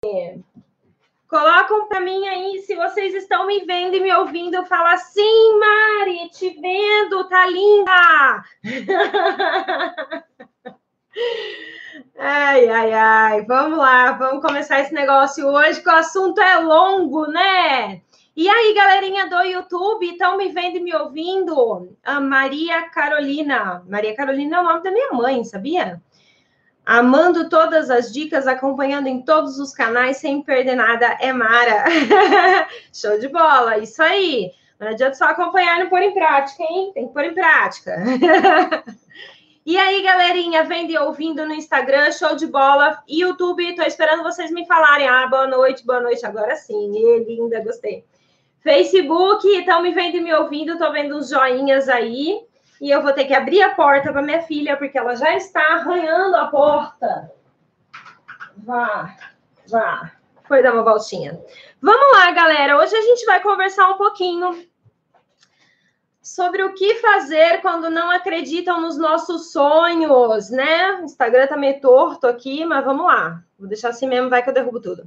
Colocam para mim aí se vocês estão me vendo e me ouvindo. Fala sim, Mari, te vendo, tá linda. Ai. Vamos lá, vamos começar esse negócio hoje, que o assunto é longo, né? E aí, galerinha do YouTube, estão me vendo e me ouvindo? A Maria Carolina. Maria Carolina é o nome da minha mãe, sabia? Amando todas as dicas, acompanhando em todos os canais, sem perder nada, é Mara. Show de bola, isso aí. Não adianta só acompanhar e não pôr em prática, hein? Tem que pôr em prática. E aí, galerinha, vendo e ouvindo no Instagram, show de bola. YouTube, tô esperando vocês me falarem. Ah, boa noite, agora sim. Linda, gostei. Facebook, estão me vendo e me ouvindo, tô vendo uns joinhas aí. E eu vou ter que abrir a porta para minha filha, porque ela já está arranhando a porta. Vá. Foi dar uma voltinha. Vamos lá, galera. Hoje a gente vai conversar um pouquinho sobre o que fazer quando não acreditam nos nossos sonhos, né? O Instagram tá meio torto aqui, mas vamos lá. Vou deixar assim mesmo, vai que eu derrubo tudo.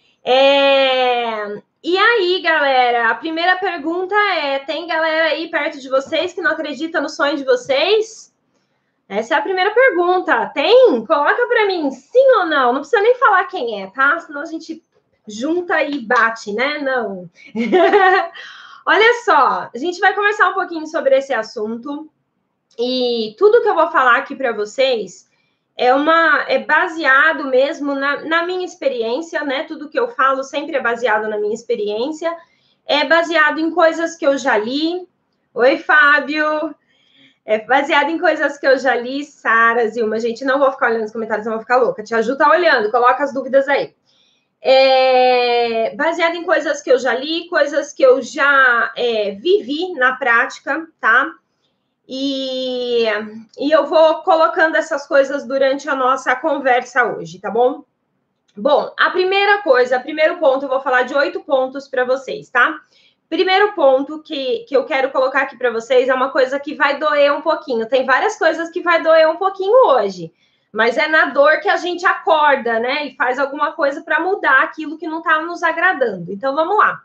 E aí, galera, a primeira pergunta é: tem galera aí perto de vocês que não acredita no sonho de vocês? Essa é a primeira pergunta. Tem? Coloca para mim, sim ou não? Não precisa nem falar quem é, tá? Senão a gente junta e bate, né? Não. Olha só, a gente vai conversar um pouquinho sobre esse assunto. E tudo que eu vou falar aqui para vocês é baseado mesmo na minha experiência, né? Tudo que eu falo sempre é baseado na minha experiência, é baseado em coisas que eu já li. Oi, Fábio! É baseado em coisas que eu já li, Sara, Zilma. Gente, não vou ficar olhando os comentários, não vou ficar louca. Tia Ju tá olhando, coloca as dúvidas aí. Baseado em coisas que eu já li, coisas que eu já vivi na prática, tá? E eu vou colocando essas coisas durante a nossa conversa hoje, tá bom? Bom, primeiro ponto, eu vou falar de 8 pontos para vocês, tá? Primeiro ponto que eu quero colocar aqui para vocês é uma coisa que vai doer um pouquinho. Tem várias coisas que vai doer um pouquinho hoje, mas é na dor que a gente acorda, né? E faz alguma coisa para mudar aquilo que não está nos agradando. Então, vamos lá.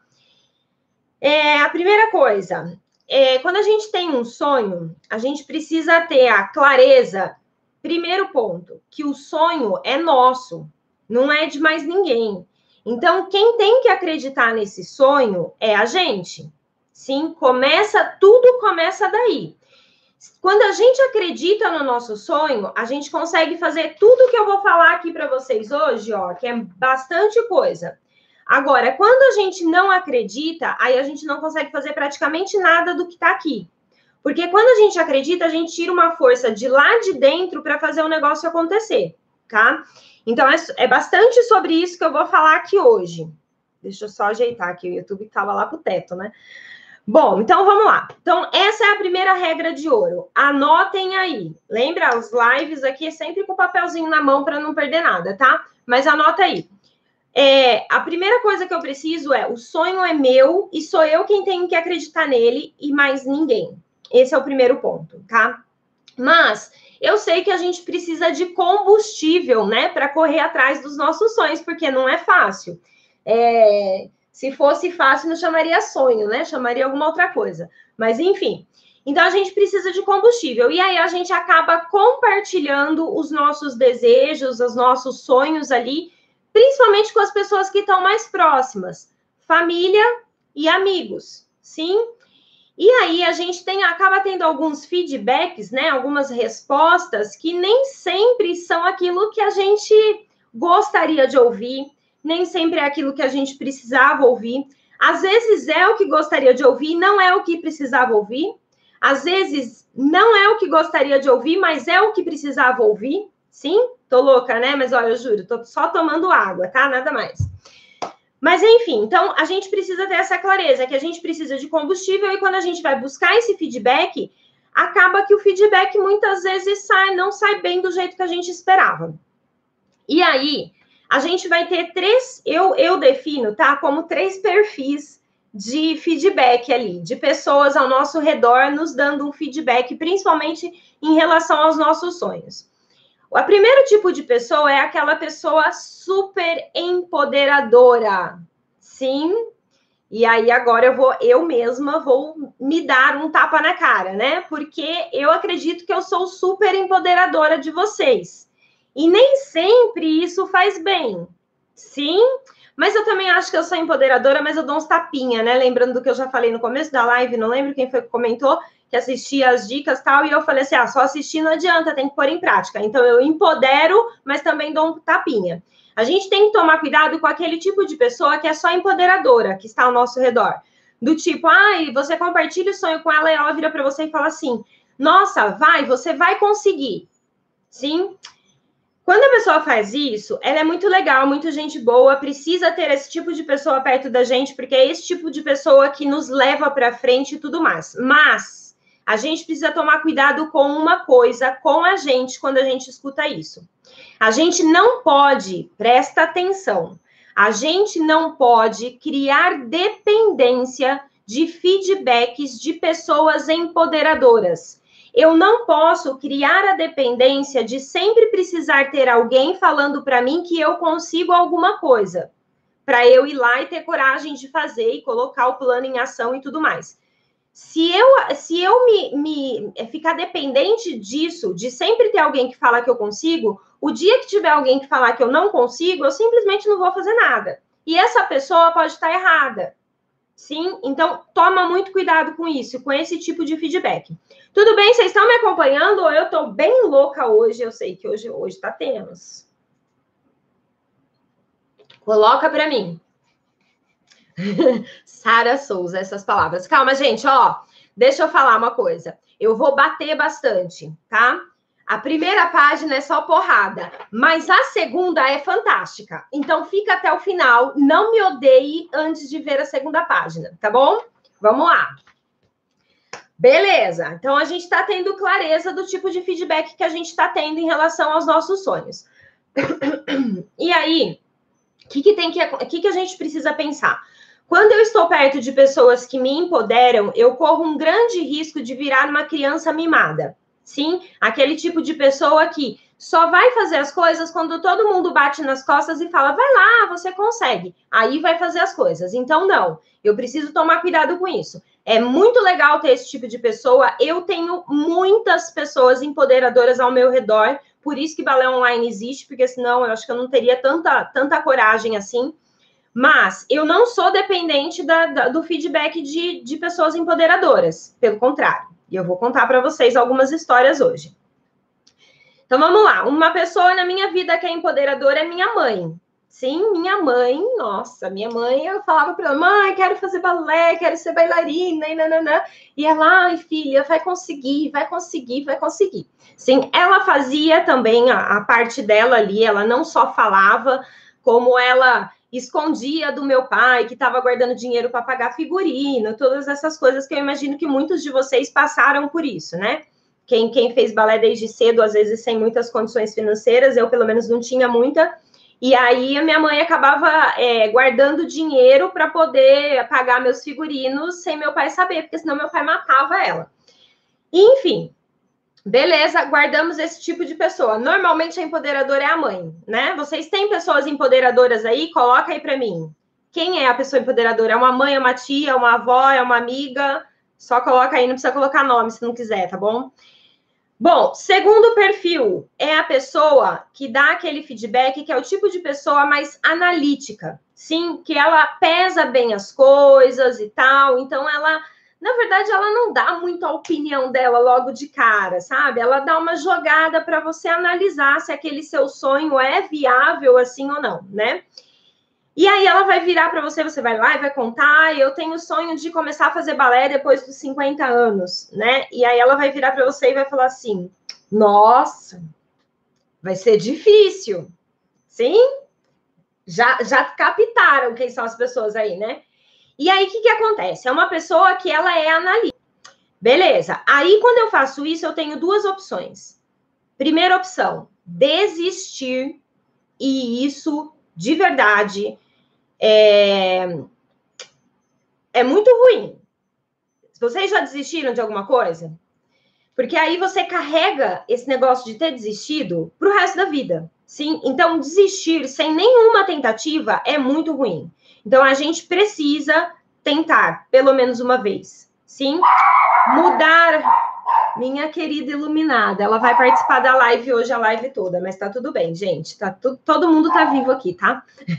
A primeira coisa... quando a gente tem um sonho, a gente precisa ter a clareza, primeiro ponto, que o sonho é nosso, não é de mais ninguém. Então, quem tem que acreditar nesse sonho é a gente. Sim, tudo começa daí. Quando a gente acredita no nosso sonho, a gente consegue fazer tudo que eu vou falar aqui para vocês hoje, ó, que é bastante coisa. Agora, quando a gente não acredita, aí a gente não consegue fazer praticamente nada do que está aqui. Porque quando a gente acredita, a gente tira uma força de lá de dentro para fazer o negócio acontecer, tá? Então, é bastante sobre isso que eu vou falar aqui hoje. Deixa eu só ajeitar aqui, o YouTube estava lá pro teto, né? Bom, então vamos lá. Então, essa é a primeira regra de ouro. Anotem aí. Lembra, os lives aqui é sempre com o papelzinho na mão para não perder nada, tá? Mas anota aí. A primeira coisa que eu preciso o sonho é meu e sou eu quem tenho que acreditar nele e mais ninguém. Esse é o primeiro ponto, tá? Mas eu sei que a gente precisa de combustível, né, para correr atrás dos nossos sonhos, porque não é fácil. Se fosse fácil, não chamaria sonho, né? Chamaria alguma outra coisa. Mas, enfim. Então, a gente precisa de combustível. E aí, a gente acaba compartilhando os nossos desejos, os nossos sonhos ali, principalmente com as pessoas que estão mais próximas, família e amigos, sim? E aí a gente acaba tendo alguns feedbacks, né? Algumas respostas que nem sempre são aquilo que a gente gostaria de ouvir, nem sempre é aquilo que a gente precisava ouvir. Às vezes é o que gostaria de ouvir, não é o que precisava ouvir. Às vezes não é o que gostaria de ouvir, mas é o que precisava ouvir. Sim? Tô louca, né? Mas olha, eu juro, tô só tomando água, tá? Nada mais. Mas, enfim, então, a gente precisa ter essa clareza, que a gente precisa de combustível e quando a gente vai buscar esse feedback, acaba que o feedback muitas vezes não sai bem do jeito que a gente esperava. E aí, a gente vai ter eu defino, tá? Como 3 perfis de feedback ali, de pessoas ao nosso redor nos dando um feedback, principalmente em relação aos nossos sonhos. O primeiro tipo de pessoa é aquela pessoa super empoderadora. Sim. E aí agora eu mesma vou me dar um tapa na cara, né? Porque eu acredito que eu sou super empoderadora de vocês. E nem sempre isso faz bem. Sim, mas eu também acho que eu sou empoderadora, mas eu dou uns tapinha, né? Lembrando do que eu já falei no começo da live, não lembro quem foi que comentou, que assistia as dicas e tal, e eu falei assim, só assistir não adianta, tem que pôr em prática. Então eu empodero, mas também dou um tapinha. A gente tem que tomar cuidado com aquele tipo de pessoa que é só empoderadora, que está ao nosso redor. Do tipo, você compartilha o sonho com ela e ela vira para você e fala assim, nossa, você vai conseguir. Sim? Quando a pessoa faz isso, ela é muito legal, muito gente boa, precisa ter esse tipo de pessoa perto da gente, porque é esse tipo de pessoa que nos leva para frente e tudo mais. Mas a gente precisa tomar cuidado com uma coisa, com a gente, quando a gente escuta isso. A gente não pode, presta atenção, a gente não pode criar dependência de feedbacks de pessoas empoderadoras. Eu não posso criar a dependência de sempre precisar ter alguém falando para mim que eu consigo alguma coisa, para eu ir lá e ter coragem de fazer e colocar o plano em ação e tudo mais. Se eu me ficar dependente disso, de sempre ter alguém que fala que eu consigo, o dia que tiver alguém que falar que eu não consigo, eu simplesmente não vou fazer nada. E essa pessoa pode estar errada. Sim? Então, toma muito cuidado com isso, com esse tipo de feedback. Tudo bem? Vocês estão me acompanhando ou eu estou bem louca hoje? Eu sei que hoje está tenso. Coloca para mim. Sara Souza, essas palavras. Calma, gente, deixa eu falar uma coisa. Eu vou bater bastante, tá? A primeira página é só porrada, mas a segunda é fantástica. Então, fica até o final. Não me odeie antes de ver a segunda página, tá bom? Vamos lá. Beleza. Então, a gente está tendo clareza do tipo de feedback que a gente está tendo em relação aos nossos sonhos. E aí, o que a gente precisa pensar? Quando eu estou perto de pessoas que me empoderam, eu corro um grande risco de virar uma criança mimada. Sim, aquele tipo de pessoa que só vai fazer as coisas quando todo mundo bate nas costas e fala, vai lá, você consegue. Aí vai fazer as coisas. Então, não, eu preciso tomar cuidado com isso. É muito legal ter esse tipo de pessoa. Eu tenho muitas pessoas empoderadoras ao meu redor, por isso que Balé Online existe, porque senão eu acho que eu não teria tanta coragem assim. Mas eu não sou dependente do feedback de pessoas empoderadoras, pelo contrário. E eu vou contar para vocês algumas histórias hoje. Então vamos lá. Uma pessoa na minha vida que é empoderadora é minha mãe. Sim, minha mãe, nossa, minha mãe, eu falava para ela, mãe, quero fazer balé, quero ser bailarina, e nananã. E ela, ai, filha, vai conseguir, vai conseguir, vai conseguir. Sim, ela fazia também a parte dela ali, ela não só falava, como ela escondia do meu pai, que estava guardando dinheiro para pagar figurino, todas essas coisas que eu imagino que muitos de vocês passaram por isso, né? Quem fez balé desde cedo, às vezes sem muitas condições financeiras, eu pelo menos não tinha muita, e aí a minha mãe acabava guardando dinheiro para poder pagar meus figurinos sem meu pai saber, porque senão meu pai matava ela. Enfim, beleza, guardamos esse tipo de pessoa. Normalmente a empoderadora é a mãe, né? Vocês têm pessoas empoderadoras aí? Coloca aí para mim. Quem é a pessoa empoderadora? É uma mãe, é uma tia, é uma avó, é uma amiga? Só coloca aí, não precisa colocar nome se não quiser, tá bom? Bom, segundo perfil é a pessoa que dá aquele feedback, que é o tipo de pessoa mais analítica, sim, que ela pesa bem as coisas e tal, então ela, na verdade, ela não dá muito a opinião dela logo de cara, sabe? Ela dá uma jogada para você analisar se aquele seu sonho é viável assim ou não, né? E aí ela vai virar para você, você vai lá e vai contar, eu tenho o sonho de começar a fazer balé depois dos 50 anos, né? E aí ela vai virar para você e vai falar assim, nossa, vai ser difícil. Sim? Já captaram quem são as pessoas aí, né? E aí, o que acontece? É uma pessoa que ela é analítica. Beleza. Aí, quando eu faço isso, eu tenho duas opções. Primeira opção, desistir. E isso, de verdade, é muito ruim. Vocês já desistiram de alguma coisa? Porque aí você carrega esse negócio de ter desistido para o resto da vida. Sim? Então, desistir sem nenhuma tentativa é muito ruim. Então, a gente precisa tentar, pelo menos uma vez. Sim? Mudar. Minha querida iluminada, ela vai participar da live hoje, a live toda, mas tá tudo bem, gente. Tá todo mundo tá vivo aqui, tá?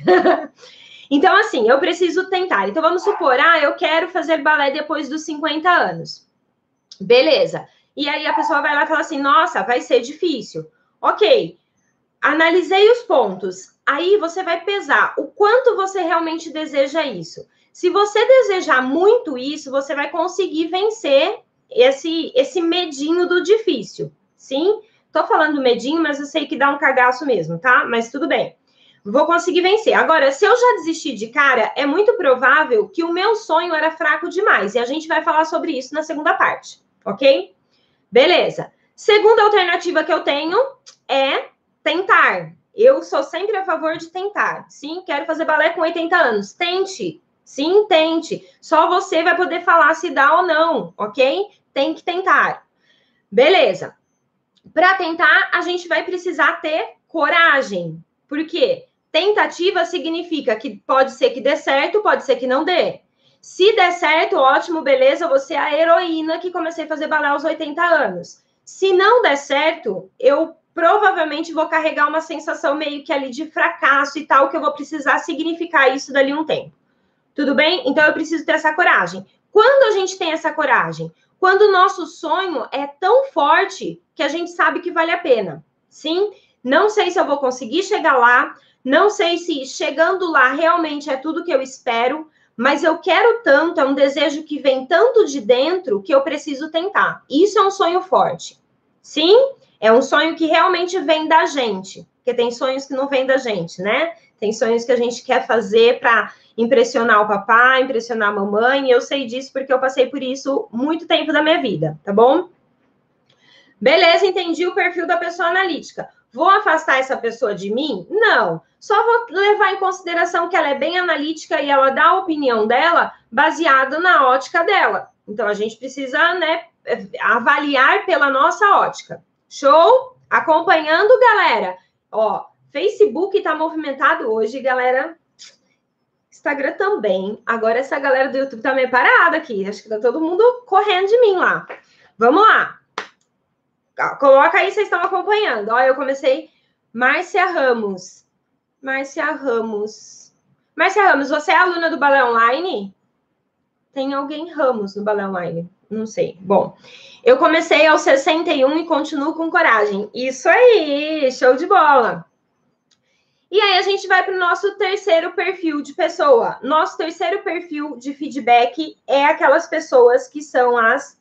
Então, assim, eu preciso tentar. Então, vamos supor, eu quero fazer balé depois dos 50 anos. Beleza. E aí a pessoa vai lá e fala assim, nossa, vai ser difícil. Ok. Analisei os pontos. Aí você vai pesar o quanto você realmente deseja isso. Se você desejar muito isso, você vai conseguir vencer esse medinho do difícil. Sim? Tô falando medinho, mas eu sei que dá um cagaço mesmo, tá? Mas tudo bem. Vou conseguir vencer. Agora, se eu já desistir de cara, é muito provável que o meu sonho era fraco demais. E a gente vai falar sobre isso na segunda parte, ok? Beleza. Segunda alternativa que eu tenho é tentar. Eu sou sempre a favor de tentar. Sim, quero fazer balé com 80 anos. Tente. Sim, tente. Só você vai poder falar se dá ou não, ok? Tem que tentar. Beleza. Para tentar, a gente vai precisar ter coragem. Por quê? Tentativa significa que pode ser que dê certo, pode ser que não dê. Se der certo, ótimo, beleza, você é a heroína que comecei a fazer balé aos 80 anos. Se não der certo, eu provavelmente vou carregar uma sensação meio que ali de fracasso e tal, que eu vou precisar significar isso dali um tempo. Tudo bem? Então, eu preciso ter essa coragem. Quando a gente tem essa coragem? Quando o nosso sonho é tão forte que a gente sabe que vale a pena. Sim? Não sei se eu vou conseguir chegar lá, não sei se chegando lá realmente é tudo que eu espero, mas eu quero tanto, é um desejo que vem tanto de dentro que eu preciso tentar. Isso é um sonho forte. Sim? É um sonho que realmente vem da gente, porque tem sonhos que não vêm da gente, né? Tem sonhos que a gente quer fazer para impressionar o papai, impressionar a mamãe, e eu sei disso porque eu passei por isso muito tempo da minha vida, tá bom? Beleza, entendi o perfil da pessoa analítica. Vou afastar essa pessoa de mim? Não. Só vou levar em consideração que ela é bem analítica e ela dá a opinião dela baseada na ótica dela. Então, a gente precisa, né, avaliar pela nossa ótica. Show? Acompanhando, galera? Ó, Facebook tá movimentado hoje, galera. Instagram também. Agora essa galera do YouTube tá meio parada aqui. Acho que tá todo mundo correndo de mim lá. Vamos lá. Coloca aí, vocês estão acompanhando. Ó, eu comecei. Márcia Ramos. Márcia Ramos, você é aluna do Balé Online? Tem alguém Ramos no Balé Online? Não sei. Bom, eu comecei aos 61 e continuo com coragem. Isso aí, show de bola. E aí a gente vai para o nosso terceiro perfil de pessoa. Nosso terceiro perfil de feedback é aquelas pessoas que são as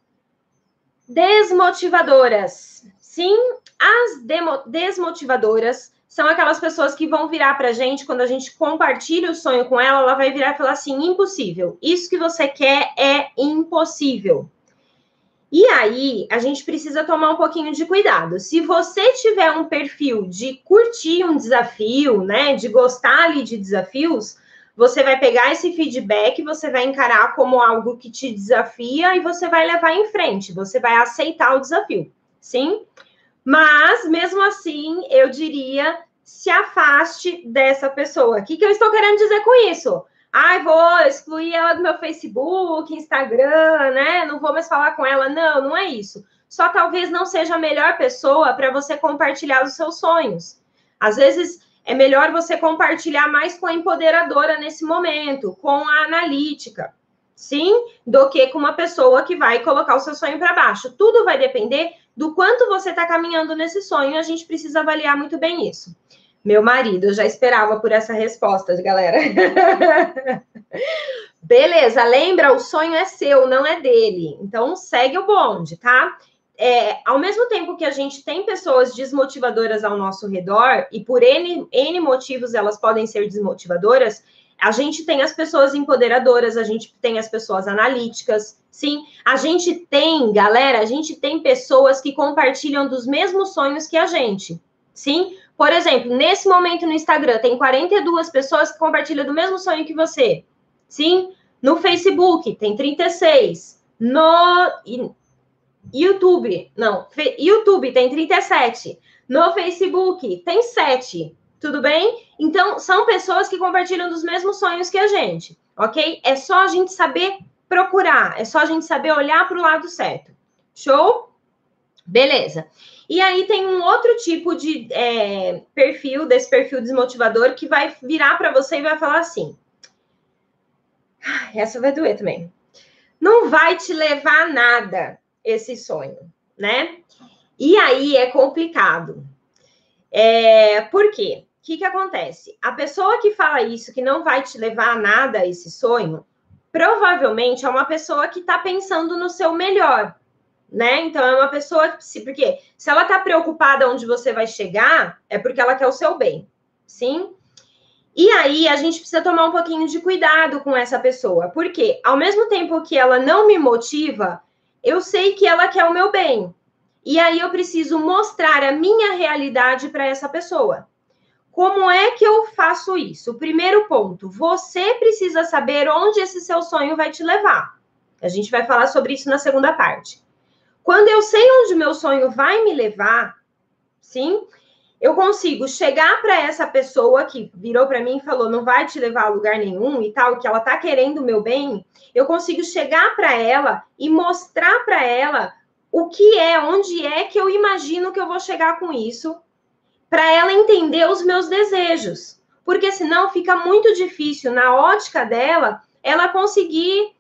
desmotivadoras. Sim, as desmotivadoras são aquelas pessoas que vão virar para a gente, quando a gente compartilha o sonho com ela, ela vai virar e falar assim, impossível. Isso que você quer é impossível. E aí, a gente precisa tomar um pouquinho de cuidado. Se você tiver um perfil de curtir um desafio, né, de gostar ali de desafios, você vai pegar esse feedback, você vai encarar como algo que te desafia e você vai levar em frente, você vai aceitar o desafio, sim? Mas, mesmo assim, eu diria, se afaste dessa pessoa. O que eu estou querendo dizer com isso? Vou excluir ela do meu Facebook, Instagram, né? Não vou mais falar com ela. Não, não é isso. Só talvez não seja a melhor pessoa para você compartilhar os seus sonhos. Às vezes, é melhor você compartilhar mais com a empoderadora nesse momento, com a analítica, sim? Do que com uma pessoa que vai colocar o seu sonho para baixo. Tudo vai depender do quanto você está caminhando nesse sonho. A gente precisa avaliar muito bem isso. Meu marido, eu já esperava por essa resposta, galera. Beleza, lembra? O sonho é seu, não é dele. Então, segue o bonde, tá? Ao mesmo tempo que a gente tem pessoas desmotivadoras ao nosso redor, e por N motivos elas podem ser desmotivadoras, a gente tem as pessoas empoderadoras, a gente tem as pessoas analíticas, sim. A gente tem, galera, a gente tem pessoas que compartilham dos mesmos sonhos que a gente, sim. Por exemplo, nesse momento no Instagram, tem 42 pessoas que compartilham do mesmo sonho que você. Sim? No Facebook, tem 36. YouTube, não, YouTube tem 37. No Facebook tem 7. Tudo bem? Então, são pessoas que compartilham dos mesmos sonhos que a gente, ok? É só a gente saber procurar, é só a gente saber olhar para o lado certo. Show? Beleza. E aí tem um outro tipo de perfil, desse perfil desmotivador, que vai virar para você e vai falar assim: essa vai doer também. Não vai te levar a nada esse sonho, né? E aí é complicado. Por quê? O que acontece? A pessoa que fala isso, que não vai te levar a nada esse sonho, provavelmente é uma pessoa que está pensando no seu melhor, né? Então é uma pessoa que, porque se ela está preocupada onde você vai chegar, é porque ela quer o seu bem, sim? E aí a gente precisa tomar um pouquinho de cuidado com essa pessoa, porque ao mesmo tempo que ela não me motiva, eu sei que ela quer o meu bem. E aí eu preciso mostrar a minha realidade para essa pessoa. Como é que eu faço isso? O primeiro ponto, você precisa saber onde esse seu sonho vai te levar. A gente vai falar sobre isso na segunda parte. Quando eu sei onde meu sonho vai me levar, sim, eu consigo chegar para essa pessoa que virou para mim e falou não vai te levar a lugar nenhum e tal, que ela tá querendo o meu bem, eu consigo chegar para ela e mostrar para ela o que é, onde é que eu imagino que eu vou chegar com isso, para ela entender os meus desejos. Porque senão fica muito difícil, na ótica dela, ela conseguir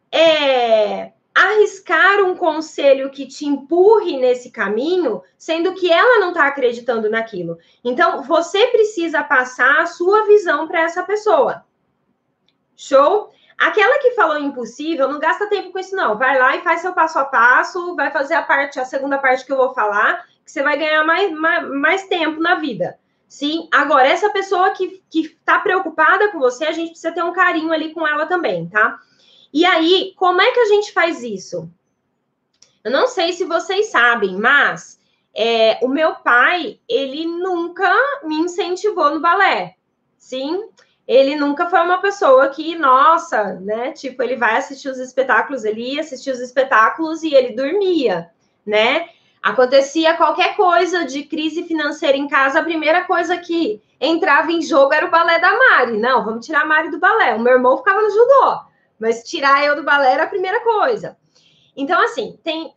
arriscar um conselho que te empurre nesse caminho, sendo que ela não está acreditando naquilo. Então, você precisa passar a sua visão para essa pessoa. Show? Aquela que falou impossível, não gasta tempo com isso, não. Vai lá e faz seu passo a passo, vai fazer a segunda parte que eu vou falar, que você vai ganhar mais tempo na vida. Sim? Agora, essa pessoa que está preocupada com você, a gente precisa ter um carinho ali com ela também, tá? E aí, como é que a gente faz isso? Eu não sei se vocês sabem, mas o meu pai, ele nunca me incentivou no balé. Sim, ele nunca foi uma pessoa que, nossa, né? Tipo, ele vai assistir os espetáculos, ele ia assistir os espetáculos e ele dormia, né? Acontecia qualquer coisa de crise financeira em casa, a primeira coisa que entrava em jogo era o balé da Mari. Não, vamos tirar a Mari do balé. O meu irmão ficava no judô, mas tirar eu do balé era a primeira coisa. Então, assim, tem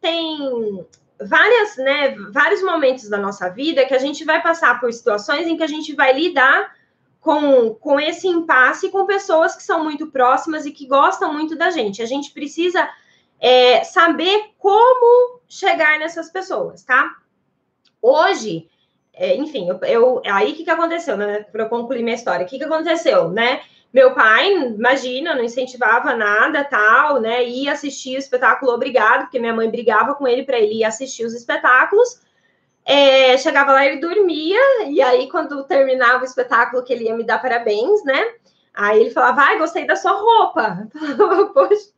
vários momentos da nossa vida que a gente vai passar por situações em que a gente vai lidar com esse impasse com pessoas que são muito próximas e que gostam muito da gente. A gente precisa saber como chegar nessas pessoas, tá? Hoje, enfim, aí o que aconteceu, né? Para eu concluir minha história, o que aconteceu, né? Meu pai, imagina, não incentivava nada, tal, né? Ia assistir o espetáculo obrigado, porque minha mãe brigava com ele para ele ir assistir os espetáculos. Chegava lá, ele dormia, e aí, quando terminava o espetáculo, que ele ia me dar parabéns, né? Aí ele falava, vai, gostei da sua roupa. Eu falava, poxa,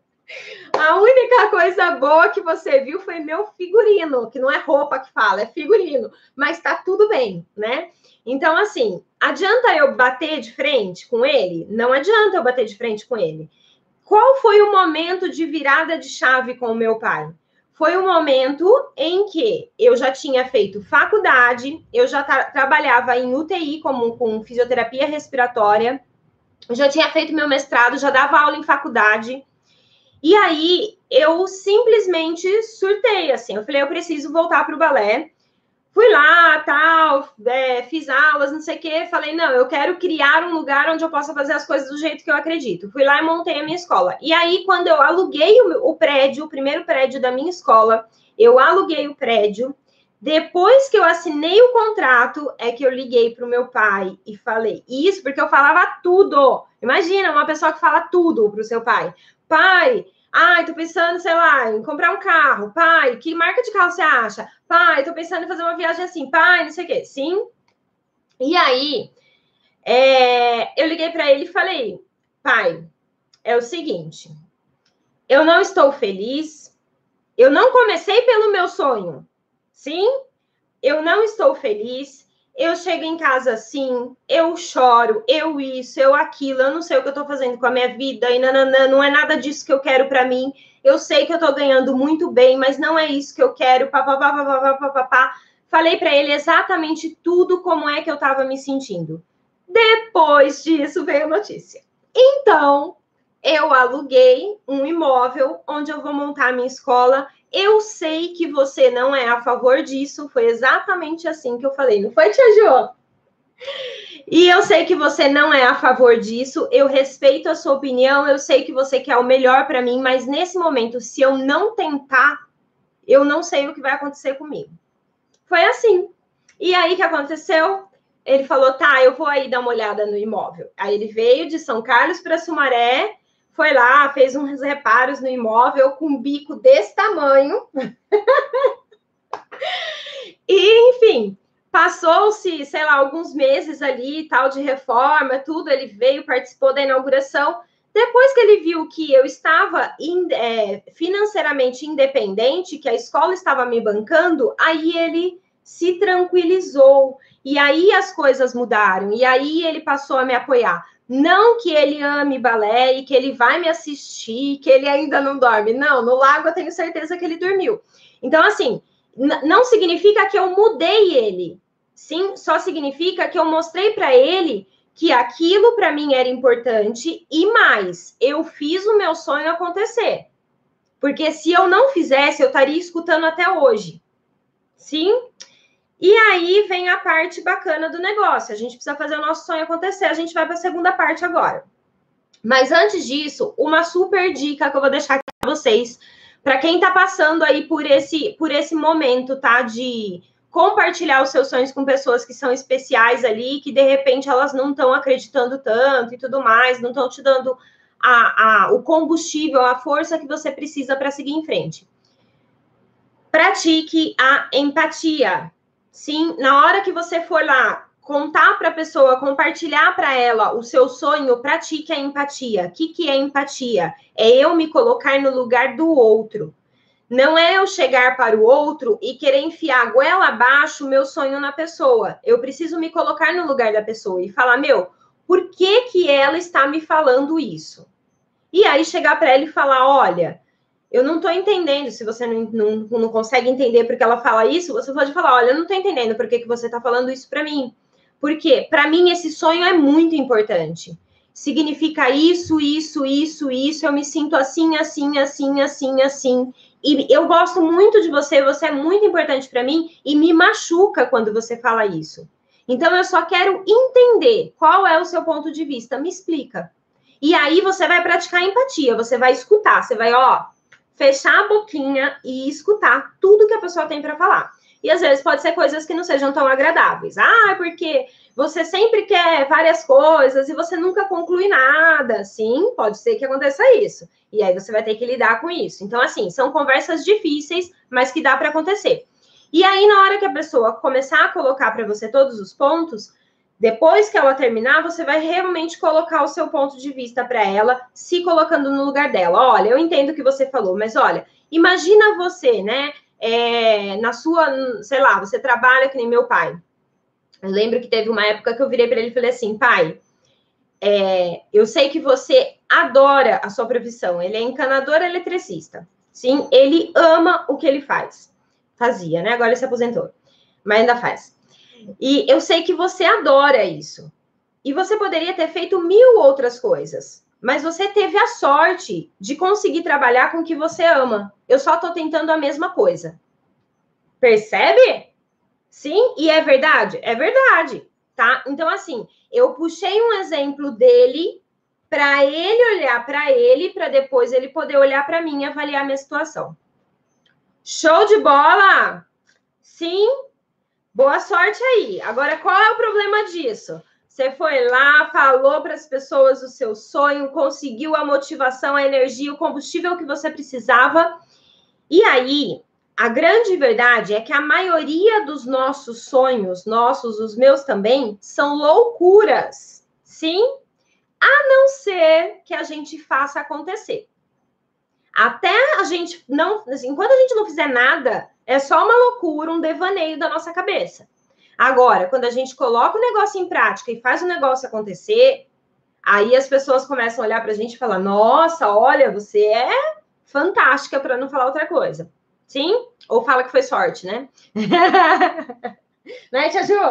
a única coisa boa que você viu foi meu figurino, que não é roupa que fala, é figurino, mas tá tudo bem, né? Então, assim, adianta eu bater de frente com ele? Não adianta eu bater de frente com ele. Qual foi o momento de virada de chave com o meu pai? Foi o momento em que eu já tinha feito faculdade, eu já trabalhava em UTI com fisioterapia respiratória, eu já tinha feito meu mestrado, já dava aula em faculdade. E aí, eu simplesmente surtei, assim. Eu falei, eu preciso voltar para o balé. Fui lá, tal, fiz aulas, não sei o quê. Falei, não, eu quero criar um lugar onde eu possa fazer as coisas do jeito que eu acredito. Fui lá e montei a minha escola. E aí, quando eu aluguei o prédio, o primeiro prédio da minha escola, eu aluguei o prédio. Depois que eu assinei o contrato, é que eu liguei para o meu pai e falei isso, porque eu falava tudo. Imagina, uma pessoa que fala tudo para o seu pai. Pai, tô pensando, sei lá, em comprar um carro. Pai, que marca de carro você acha? Pai, tô pensando em fazer uma viagem assim. Pai, não sei o quê. Sim. E aí, eu liguei para ele e falei, pai, é o seguinte, eu não estou feliz, eu não comecei pelo meu sonho. Sim, eu não estou feliz, eu chego em casa assim, eu choro, eu isso, eu aquilo, eu não sei o que eu tô fazendo com a minha vida, e nananã, não é nada disso que eu quero para mim. Eu sei que eu tô ganhando muito bem, mas não é isso que eu quero, papapá, papapá, papapá. Falei para ele exatamente tudo como é que eu tava me sentindo. Depois disso veio a notícia. Então, eu aluguei um imóvel onde eu vou montar a minha escola. Eu sei que você não é a favor disso. Foi exatamente assim que eu falei. Não foi, tia Jo? E eu sei que você não é a favor disso. Eu respeito a sua opinião. Eu sei que você quer o melhor para mim. Mas nesse momento, se eu não tentar, eu não sei o que vai acontecer comigo. Foi assim. E aí, o que aconteceu? Ele falou, tá, eu vou aí dar uma olhada no imóvel. Aí ele veio de São Carlos para Sumaré, foi lá, fez uns reparos no imóvel com um bico desse tamanho. E, enfim, passou-se, sei lá, alguns meses ali, tal, de reforma, tudo. Ele veio, participou da inauguração. Depois que ele viu que eu estava financeiramente independente, que a escola estava me bancando, aí ele se tranquilizou. E aí as coisas mudaram. E aí ele passou a me apoiar. Não que ele ame balé e que ele vai me assistir, que ele ainda não dorme. Não, no lago eu tenho certeza que ele dormiu. Então, assim, não significa que eu mudei ele. Sim, só significa que eu mostrei para ele que aquilo para mim era importante e mais, eu fiz o meu sonho acontecer. Porque se eu não fizesse, eu estaria escutando até hoje. Sim? E aí vem a parte bacana do negócio. A gente precisa fazer o nosso sonho acontecer. A gente vai para a segunda parte agora. Mas antes disso, uma super dica que eu vou deixar aqui para vocês, para quem está passando aí por esse momento, tá? De compartilhar os seus sonhos com pessoas que são especiais ali, que de repente elas não estão acreditando tanto e tudo mais, não estão te dando o combustível, a força que você precisa para seguir em frente. Pratique a empatia. Sim, na hora que você for lá contar para a pessoa, compartilhar para ela o seu sonho, pratique a empatia. O que é empatia? É eu me colocar no lugar do outro. Não é eu chegar para o outro e querer enfiar a goela abaixo o meu sonho na pessoa. Eu preciso me colocar no lugar da pessoa e falar, por que ela está me falando isso? E aí chegar para ela e falar, olha, eu não estou entendendo. Se você não consegue entender porque ela fala isso, você pode falar, olha, eu não estou entendendo por que você está falando isso para mim. Porque, para mim, esse sonho é muito importante. Significa isso, isso, isso, isso. Eu me sinto assim, assim, assim, assim, assim. E eu gosto muito de você é muito importante para mim e me machuca quando você fala isso. Então, eu só quero entender qual é o seu ponto de vista. Me explica. E aí, você vai praticar empatia. Você vai escutar. Você vai, fechar a boquinha e escutar tudo que a pessoa tem para falar. E às vezes pode ser coisas que não sejam tão agradáveis. Porque você sempre quer várias coisas e você nunca conclui nada. Sim, pode ser que aconteça isso. E aí você vai ter que lidar com isso. Então, assim, são conversas difíceis, mas que dá para acontecer. E aí, na hora que a pessoa começar a colocar para você todos os pontos, depois que ela terminar, você vai realmente colocar o seu ponto de vista para ela, se colocando no lugar dela. Olha, eu entendo o que você falou, mas olha, imagina você, né? Na sua, sei lá, você trabalha que nem meu pai. Eu lembro que teve uma época que eu virei para ele e falei assim, pai, eu sei que você adora a sua profissão. Ele é encanador eletricista. Sim, ele ama o que ele faz. Fazia, né? Agora ele se aposentou, mas ainda faz. E eu sei que você adora isso. E você poderia ter feito 1000 outras coisas. Mas você teve a sorte de conseguir trabalhar com o que você ama. Eu só estou tentando a mesma coisa. Percebe? Sim, e é verdade? É verdade, tá? Então, assim, eu puxei um exemplo dele para ele olhar para ele, para depois ele poder olhar para mim e avaliar a minha situação. Show de bola? Sim? Boa sorte aí. Agora, qual é o problema disso? Você foi lá, falou para as pessoas o seu sonho, conseguiu a motivação, a energia, o combustível que você precisava. E aí, a grande verdade é que a maioria dos nossos sonhos, os meus também, são loucuras. Sim? A não ser que a gente faça acontecer. Até a gente não... Enquanto a gente não fizer nada, é só uma loucura, um devaneio da nossa cabeça. Agora, quando a gente coloca o negócio em prática e faz o negócio acontecer, aí as pessoas começam a olhar para a gente e falar, nossa, olha, você é fantástica, para não falar outra coisa. Sim? Ou fala que foi sorte, né? Né, Tia Ju?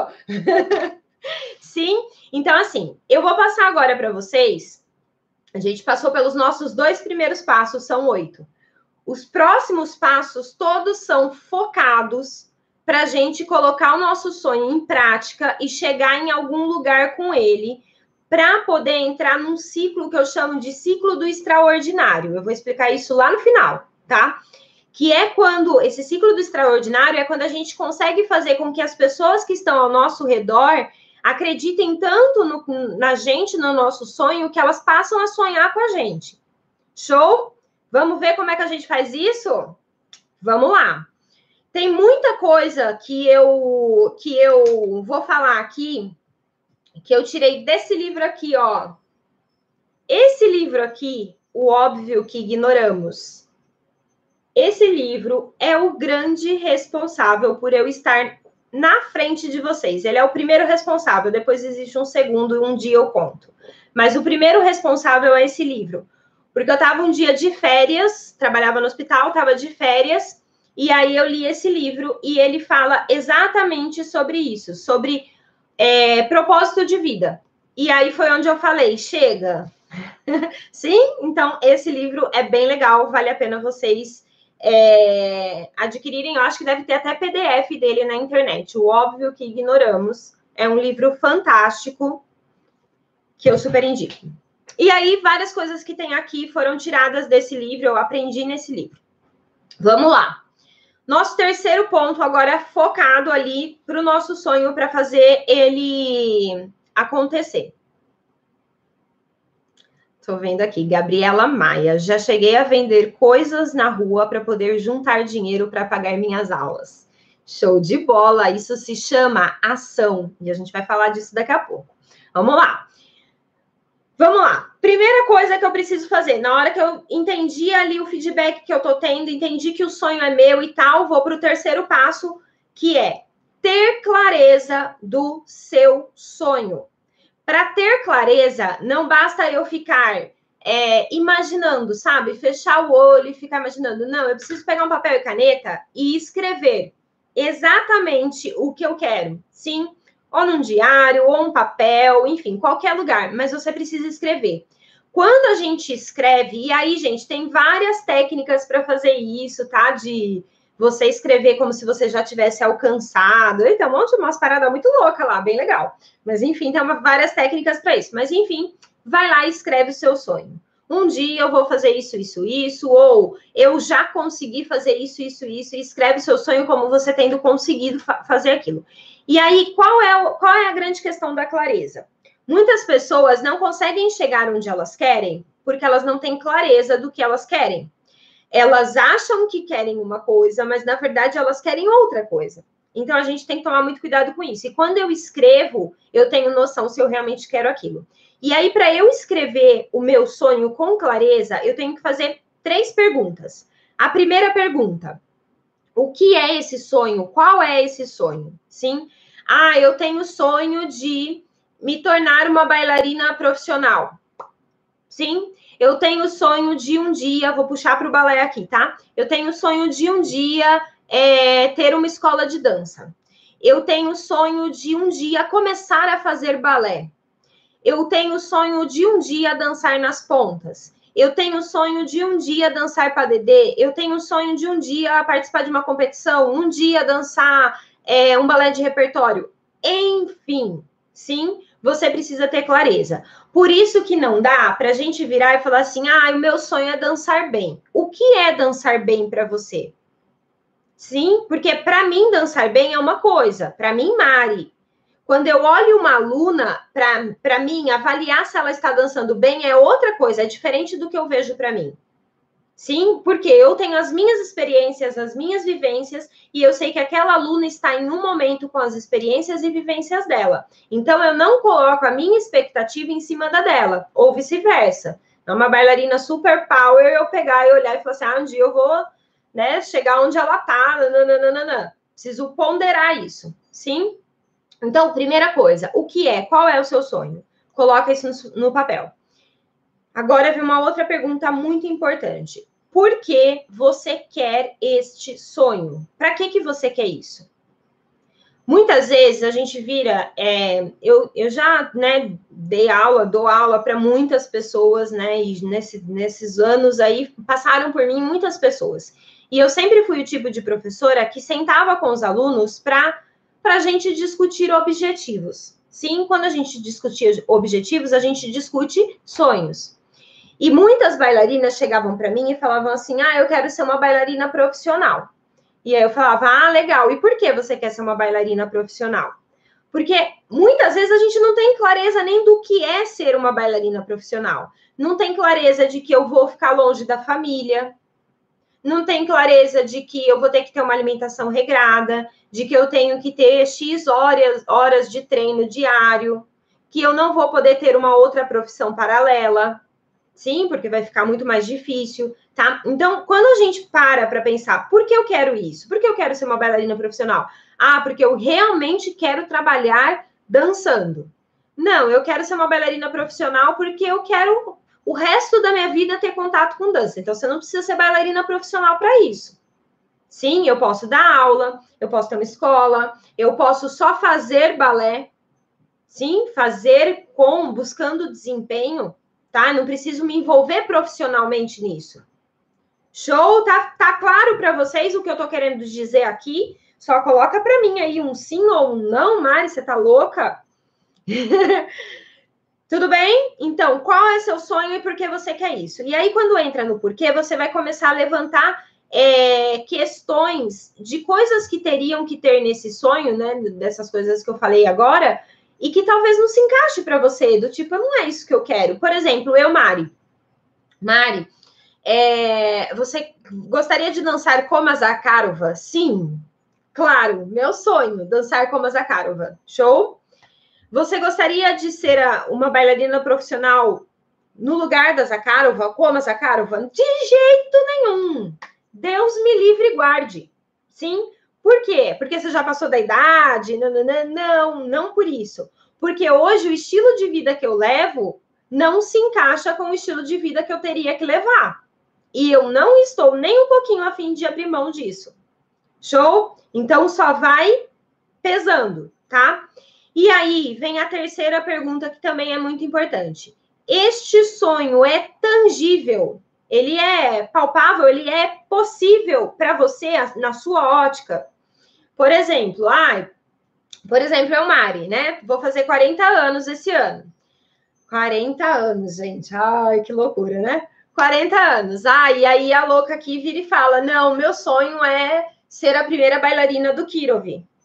Sim? Então, assim, eu vou passar agora para vocês. A gente passou pelos nossos 2 primeiros passos, são 8. Os próximos passos todos são focados para a gente colocar o nosso sonho em prática e chegar em algum lugar com ele, para poder entrar num ciclo que eu chamo de ciclo do extraordinário. Eu vou explicar isso lá no final, tá? Que é quando, esse ciclo do extraordinário é quando a gente consegue fazer com que as pessoas que estão ao nosso redor acreditem tanto na gente, no nosso sonho, que elas passam a sonhar com a gente. Show? Vamos ver como é que a gente faz isso? Vamos lá. Tem muita coisa que eu vou falar aqui, que eu tirei desse livro aqui, ó. Esse livro aqui, O Óbvio que Ignoramos. Esse livro é o grande responsável por eu estar na frente de vocês. Ele é o primeiro responsável, depois existe um segundo e um dia eu conto. Mas o primeiro responsável é esse livro. Porque eu estava um dia de férias, trabalhava no hospital, estava de férias, e aí eu li esse livro e ele fala exatamente sobre isso, sobre propósito de vida. E aí foi onde eu falei, chega. Sim, então esse livro é bem legal, vale a pena vocês adquirirem. Eu acho que deve ter até PDF dele na internet. O Óbvio que Ignoramos é um livro fantástico que eu super indico. E aí, várias coisas que tem aqui foram tiradas desse livro, eu aprendi nesse livro. Vamos lá. Nosso terceiro ponto agora é focado ali para o nosso sonho, para fazer ele acontecer. Estou vendo aqui, Gabriela Maia. Já cheguei a vender coisas na rua para poder juntar dinheiro para pagar minhas aulas. Show de bola! Isso se chama ação. E a gente vai falar disso daqui a pouco. Vamos lá. Vamos lá. Primeira coisa que eu preciso fazer, na hora que eu entendi ali o feedback que eu tô tendo, entendi que o sonho é meu e tal, vou para o terceiro passo, que é ter clareza do seu sonho. Para ter clareza, não basta eu ficar imaginando, sabe? Fechar o olho e ficar imaginando. Não, eu preciso pegar um papel e caneta e escrever exatamente o que eu quero. Sim, ou num diário, ou um papel, enfim, qualquer lugar. Mas você precisa escrever. Quando a gente escreve, e aí, gente, tem várias técnicas para fazer isso, tá? De você escrever como se você já tivesse alcançado. Eita, um monte de umas paradas muito loucas lá, bem legal. Mas, enfim, tem várias técnicas para isso. Mas, enfim, vai lá e escreve o seu sonho. Um dia eu vou fazer isso, isso, isso, ou eu já consegui fazer isso, isso, isso, e escreve o seu sonho como você tendo conseguido fazer aquilo. E aí, qual é a grande questão da clareza? Muitas pessoas não conseguem chegar onde elas querem porque elas não têm clareza do que elas querem. Elas acham que querem uma coisa, mas na verdade elas querem outra coisa. Então a gente tem que tomar muito cuidado com isso. E quando eu escrevo, eu tenho noção se eu realmente quero aquilo. E aí, para eu escrever o meu sonho com clareza, eu tenho que fazer 3 perguntas. A primeira pergunta: o que é esse sonho? Qual é esse sonho? Sim? Eu tenho o sonho de me tornar uma bailarina profissional. Sim? Eu tenho o sonho de um dia, vou puxar para o balé aqui, tá? Eu tenho o sonho de um dia ter uma escola de dança. Eu tenho o sonho de um dia começar a fazer balé. Eu tenho o sonho de um dia dançar nas pontas. Eu tenho o sonho de um dia dançar padedê. Eu tenho o sonho de um dia participar de uma competição, um dia dançar um balé de repertório. Enfim, sim, você precisa ter clareza. Por isso que não dá para a gente virar e falar assim, o meu sonho é dançar bem. O que é dançar bem para você? Sim, porque para mim dançar bem é uma coisa. Para mim, Mari, quando eu olho uma aluna, para mim, avaliar se ela está dançando bem é outra coisa, é diferente do que eu vejo para mim. Sim, porque eu tenho as minhas experiências, as minhas vivências, e eu sei que aquela aluna está em um momento com as experiências e vivências dela. Então, eu não coloco a minha expectativa em cima da dela, ou vice-versa. É uma bailarina super power, eu pegar e olhar e falar assim, um dia eu vou, chegar onde ela está, nananana. Preciso ponderar isso, sim? Então, primeira coisa, o que é? Qual é o seu sonho? Coloca isso no papel. Agora vem uma outra pergunta muito importante. Por que você quer este sonho? Para que você quer isso? Muitas vezes a gente vira... eu já dou aula para muitas pessoas, né? E nesses anos aí passaram por mim muitas pessoas. E eu sempre fui o tipo de professora que sentava com os alunos para a gente discutir objetivos. Sim, quando a gente discutir objetivos, a gente discute sonhos. E muitas bailarinas chegavam para mim e falavam assim, eu quero ser uma bailarina profissional. E aí eu falava, legal, e por que você quer ser uma bailarina profissional? Porque muitas vezes a gente não tem clareza nem do que é ser uma bailarina profissional. Não tem clareza de que eu vou ficar longe da família. Não tem clareza de que eu vou ter que ter uma alimentação regrada, de que eu tenho que ter X horas de treino diário, que eu não vou poder ter uma outra profissão paralela. Sim, porque vai ficar muito mais difícil, tá? Então, quando a gente para pensar, por que eu quero isso? Por que eu quero ser uma bailarina profissional? Porque eu realmente quero trabalhar dançando. Não, eu quero ser uma bailarina profissional porque eu quero o resto da minha vida ter contato com dança. Então, você não precisa ser bailarina profissional para isso. Sim, eu posso dar aula, eu posso ter uma escola, eu posso só fazer balé. Sim, fazer buscando desempenho, tá? Não preciso me envolver profissionalmente nisso. Show? Tá claro para vocês o que eu tô querendo dizer aqui? Só coloca para mim aí um sim ou um não, Mari, você tá louca? Tudo bem? Então, qual é seu sonho e por que você quer isso? E aí, quando entra no porquê, você vai começar a levantar questões de coisas que teriam que ter nesse sonho, né? Dessas coisas que eu falei agora, e que talvez não se encaixe para você, do tipo, não é isso que eu quero. Por exemplo, Mari. Mari, você gostaria de dançar como a Zakharova? Sim, claro, meu sonho, dançar como a Zakharova. Show? Você gostaria de ser uma bailarina profissional no lugar da Zakharova, como a Zakharova? De jeito nenhum. Deus me livre e guarde. Sim? Por quê? Porque você já passou da idade? Não por isso. Porque hoje o estilo de vida que eu levo não se encaixa com o estilo de vida que eu teria que levar. E eu não estou nem um pouquinho a fim de abrir mão disso. Show? Então só vai pesando, tá? E aí vem a terceira pergunta que também é muito importante. Este sonho é tangível? Ele é palpável? Ele é possível para você na sua ótica? Por exemplo, eu, Mari, né? Vou fazer 40 anos esse ano. 40 anos, gente. Ai, que loucura, né? 40 anos. E aí a louca aqui vira e fala, não, meu sonho é ser a primeira bailarina do Kirov.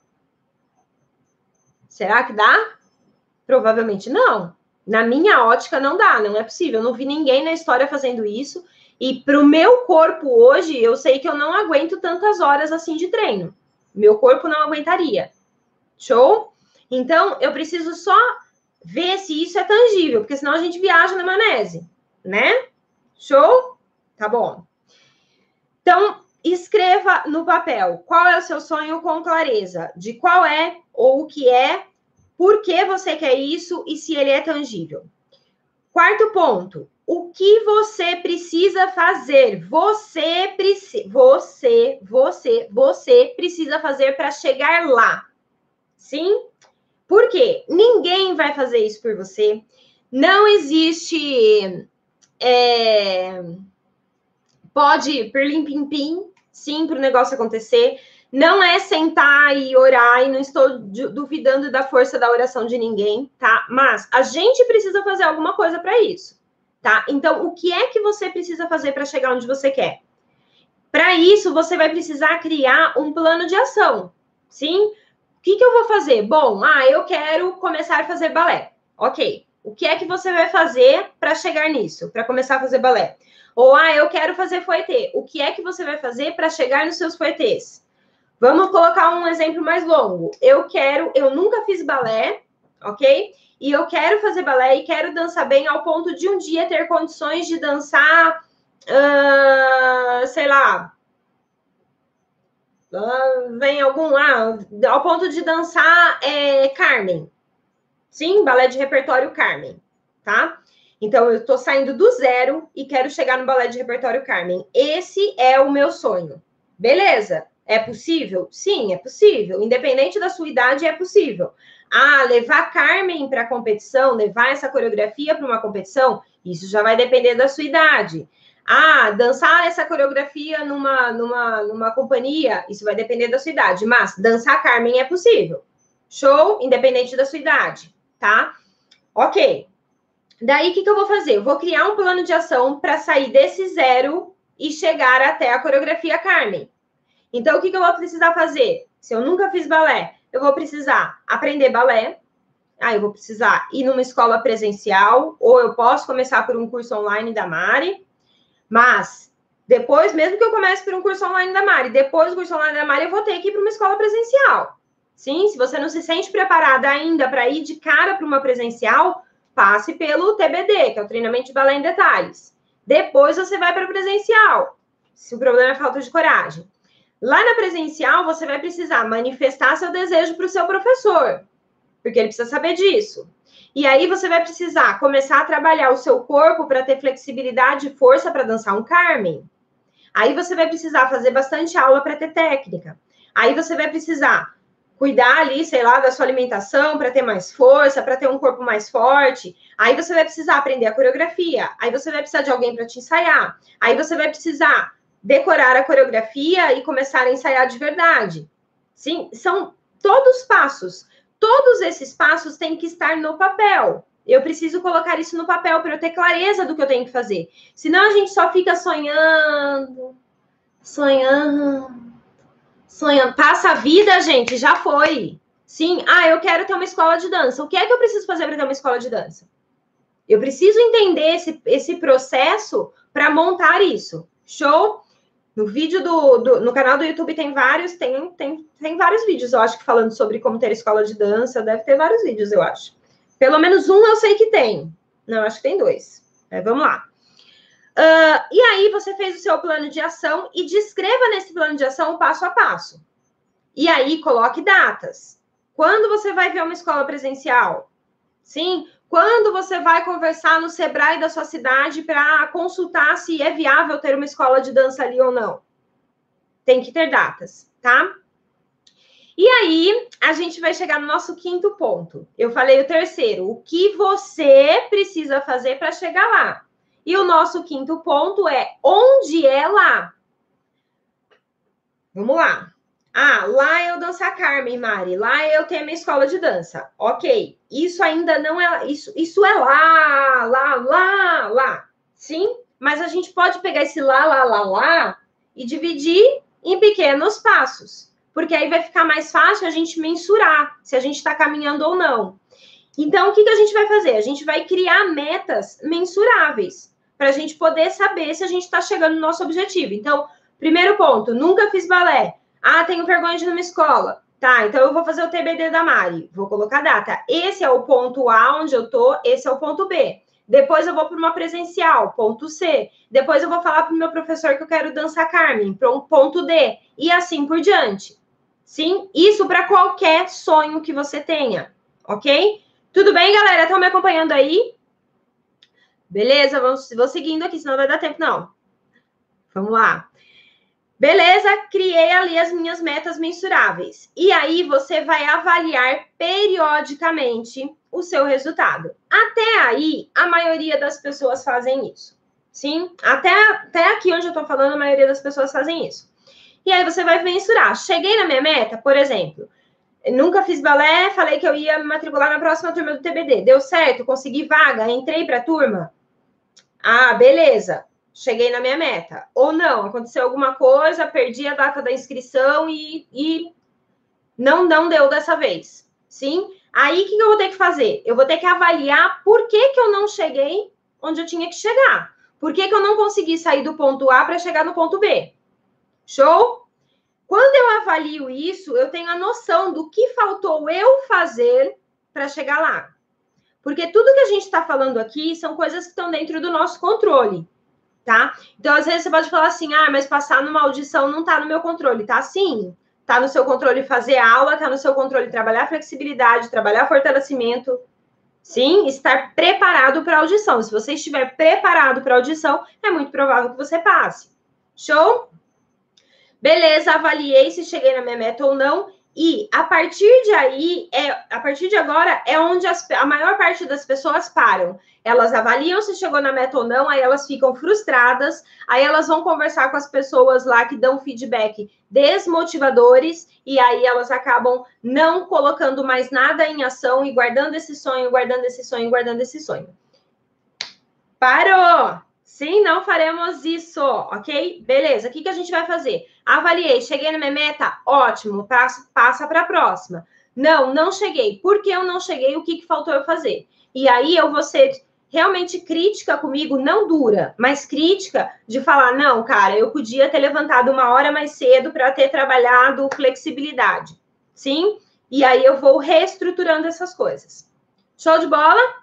Será que dá? Provavelmente não. Na minha ótica, não dá, não é possível. Eu não vi ninguém na história fazendo isso. E para o meu corpo hoje, eu sei que eu não aguento tantas horas assim de treino. Meu corpo não aguentaria. Show? Então, eu preciso só ver se isso é tangível, porque senão a gente viaja na maionese, né? Show? Tá bom. Então, escreva no papel qual é o seu sonho com clareza, de qual é ou o que é, por que você quer isso e se ele é tangível. Quarto ponto, o que você precisa fazer? Você precisa fazer para chegar lá. Sim? Por quê? Ninguém vai fazer isso por você. Não existe pode pirlim-pim-pim, sim, para o negócio acontecer. Não é sentar e orar, e não estou duvidando da força da oração de ninguém, tá? Mas a gente precisa fazer alguma coisa para isso, tá? Então, o que é que você precisa fazer para chegar onde você quer? Para isso, você vai precisar criar um plano de ação, sim? O que eu vou fazer? Bom, eu quero começar a fazer balé. Ok. O que é que você vai fazer para chegar nisso? Para começar a fazer balé? Ou, eu quero fazer fouetté. O que é que você vai fazer para chegar nos seus fouettés? Vamos colocar um exemplo mais longo. Eu nunca fiz balé, ok? E eu quero fazer balé e quero dançar bem ao ponto de um dia ter condições de dançar, sei lá, Vem algum lá, ao ponto de dançar Carmen. Sim, balé de repertório Carmen, tá? Então, eu tô saindo do zero e quero chegar no balé de repertório Carmen. Esse é o meu sonho. Beleza? É possível? Sim, é possível. Independente da sua idade, é possível. Ah, levar Carmen para competição, levar essa coreografia para uma competição, isso já vai depender da sua idade. Ah, dançar essa coreografia numa companhia, isso vai depender da sua idade. Mas dançar Carmen é possível. Show? Independente da sua idade, tá? Ok. Daí, o que eu vou fazer? Eu vou criar um plano de ação para sair desse zero e chegar até a coreografia Carmen. Então, o que eu vou precisar fazer? Se eu nunca fiz balé, eu vou precisar aprender balé. Eu vou precisar ir numa escola presencial, ou eu posso começar por um curso online da Mari. Mas, depois, mesmo que eu comece por um curso online da Mari, depois do curso online da Mari, eu vou ter que ir para uma escola presencial. Sim, se você não se sente preparada ainda para ir de cara para uma presencial, passe pelo TBD, que é o treinamento de balé em detalhes. Depois você vai para o presencial, se o problema é falta de coragem. Lá na presencial, você vai precisar manifestar seu desejo para o seu professor, porque ele precisa saber disso. E aí você vai precisar começar a trabalhar o seu corpo para ter flexibilidade e força para dançar um Carmen. Aí você vai precisar fazer bastante aula para ter técnica. Aí você vai precisar cuidar ali, sei lá, da sua alimentação para ter mais força, para ter um corpo mais forte. Aí você vai precisar aprender a coreografia. Aí você vai precisar de alguém para te ensaiar. Aí você vai precisar decorar a coreografia e começar a ensaiar de verdade. Sim, são todos passos. Todos esses passos têm que estar no papel. Eu preciso colocar isso no papel para eu ter clareza do que eu tenho que fazer. Senão a gente só fica sonhando. Passa a vida, gente, já foi. Sim, eu quero ter uma escola de dança. O que é que eu preciso fazer para ter uma escola de dança? Eu preciso entender esse processo para montar isso. Show? No vídeo no canal do YouTube tem vários vídeos, eu acho que falando sobre como ter escola de dança. Deve ter vários vídeos, eu acho. Pelo menos um eu sei que tem. Não, acho que tem 2. Vamos lá. E aí você fez o seu plano de ação e descreva nesse plano de ação o passo a passo. E aí coloque datas. Quando você vai ver uma escola presencial? Sim. Quando você vai conversar no Sebrae da sua cidade para consultar se é viável ter uma escola de dança ali ou não? Tem que ter datas, tá? E aí, a gente vai chegar no nosso quinto ponto. Eu falei o terceiro, o que você precisa fazer para chegar lá. E o nosso quinto ponto é, onde é lá? Vamos lá. Lá eu dançar Carmen, Mari. Lá eu tenho a minha escola de dança. Ok. Isso ainda não é... Isso é lá. Sim? Mas a gente pode pegar esse lá e dividir em pequenos passos. Porque aí vai ficar mais fácil a gente mensurar se a gente está caminhando ou não. Então, o que a gente vai fazer? A gente vai criar metas mensuráveis para a gente poder saber se a gente está chegando no nosso objetivo. Então, primeiro ponto, nunca fiz balé. Tenho vergonha de ir numa escola. Tá, então eu vou fazer o TBD da Mari. Vou colocar data. Esse é o ponto A onde eu tô, esse é o ponto B. Depois eu vou para uma presencial, ponto C. Depois eu vou falar para o meu professor que eu quero dançar Carmen, para um ponto D. E assim por diante. Sim, isso para qualquer sonho que você tenha, ok? Tudo bem, galera? Estão me acompanhando aí? Beleza, vou seguindo aqui, senão não vai dar tempo, não. Vamos lá. Beleza, criei ali as minhas metas mensuráveis. E aí você vai avaliar periodicamente o seu resultado. Até aí, a maioria das pessoas fazem isso. Sim? Até aqui onde eu tô falando, a maioria das pessoas fazem isso. E aí você vai mensurar. Cheguei na minha meta, por exemplo, nunca fiz balé, falei que eu ia me matricular na próxima turma do TBD. Deu certo, consegui vaga, entrei para a turma. Beleza. Cheguei na minha meta. Ou não, aconteceu alguma coisa, perdi a data da inscrição e não deu dessa vez. Sim? Aí, o que eu vou ter que fazer? Eu vou ter que avaliar por que eu não cheguei onde eu tinha que chegar. Por que eu não consegui sair do ponto A para chegar no ponto B? Show? Quando eu avalio isso, eu tenho a noção do que faltou eu fazer para chegar lá. Porque tudo que a gente está falando aqui são coisas que estão dentro do nosso controle. Tá? Então, às vezes, você pode falar assim, mas passar numa audição não tá no meu controle. Tá sim, Tá no seu controle fazer aula, tá no seu controle trabalhar flexibilidade, trabalhar fortalecimento. Sim, estar preparado para a audição. Se você estiver preparado para a audição, é muito provável que você passe. Show? Beleza, avaliei se cheguei na minha meta ou não. E a partir de agora, é onde a maior parte das pessoas param. Elas avaliam se chegou na meta ou não, aí elas ficam frustradas, aí elas vão conversar com as pessoas lá que dão feedback desmotivadores, e aí elas acabam não colocando mais nada em ação e guardando esse sonho, guardando esse sonho, guardando esse sonho. Parou! Sim, não faremos isso, ok? Beleza, o que a gente vai fazer? Avaliei, cheguei na minha meta? Ótimo, passa para a próxima. Não cheguei. Por que eu não cheguei? O que faltou eu fazer? E aí eu vou ser realmente crítica comigo, não dura, mas crítica de falar, não, cara, eu podia ter levantado 1 hora mais cedo para ter trabalhado flexibilidade. Sim? E aí eu vou reestruturando essas coisas. Show de bola?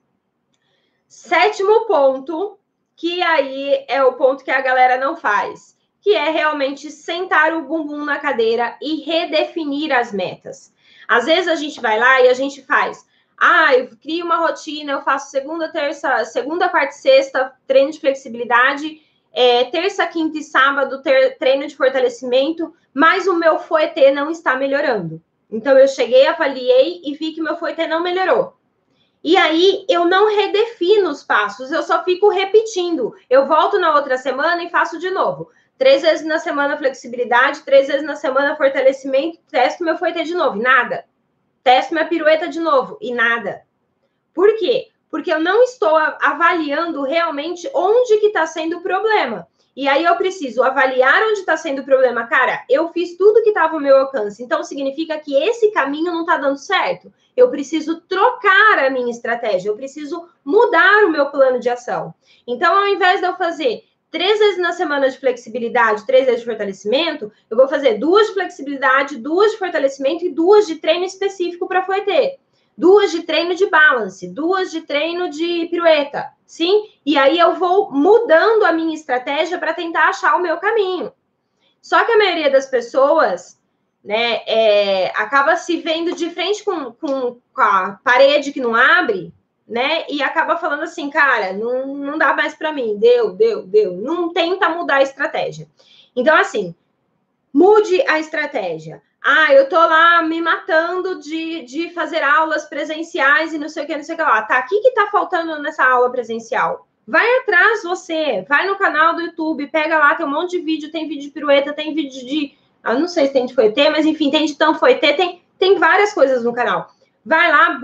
7º ponto, que aí é o ponto que a galera não faz, que é realmente sentar o bumbum na cadeira e redefinir as metas. Às vezes a gente vai lá e a gente faz, eu crio uma rotina, eu faço segunda, quarta e sexta, treino de flexibilidade, terça, quinta e sábado, treino de fortalecimento, mas o meu FOET não está melhorando. Então, eu cheguei, avaliei e vi que meu FOET não melhorou. E aí, eu não redefino os passos, eu só fico repetindo. Eu volto na outra semana e faço de novo. 3 vezes na semana flexibilidade, 3 vezes na semana fortalecimento, testo meu FOET de novo, e nada. Testo minha pirueta de novo, e nada. Por quê? Porque eu não estou avaliando realmente onde que está sendo o problema. E aí eu preciso avaliar onde está sendo o problema. Cara, eu fiz tudo que estava ao meu alcance, então significa que esse caminho não está dando certo. Eu preciso trocar a minha estratégia, eu preciso mudar o meu plano de ação. Então, ao invés de eu fazer 3 vezes na semana de flexibilidade, 3 vezes de fortalecimento, eu vou fazer 2 de flexibilidade, 2 de fortalecimento e 2 de treino específico para FOET. 2 de treino de balance, 2 de treino de pirueta, sim? E aí eu vou mudando a minha estratégia para tentar achar o meu caminho. Só que a maioria das pessoas, né, acaba se vendo de frente com a parede que não abre, né, e acaba falando assim, cara, não dá mais para mim, deu. Não tenta mudar a estratégia. Então, assim, mude a estratégia. Eu tô lá me matando de fazer aulas presenciais e não sei o que lá. Tá, o que tá faltando nessa aula presencial? Vai atrás você, vai no canal do YouTube, pega lá, tem um monte de vídeo, tem vídeo de pirueta, tem vídeo de... Eu não sei se tem de FOET, mas enfim, tem de tão FOET, tem várias coisas no canal. Vai lá,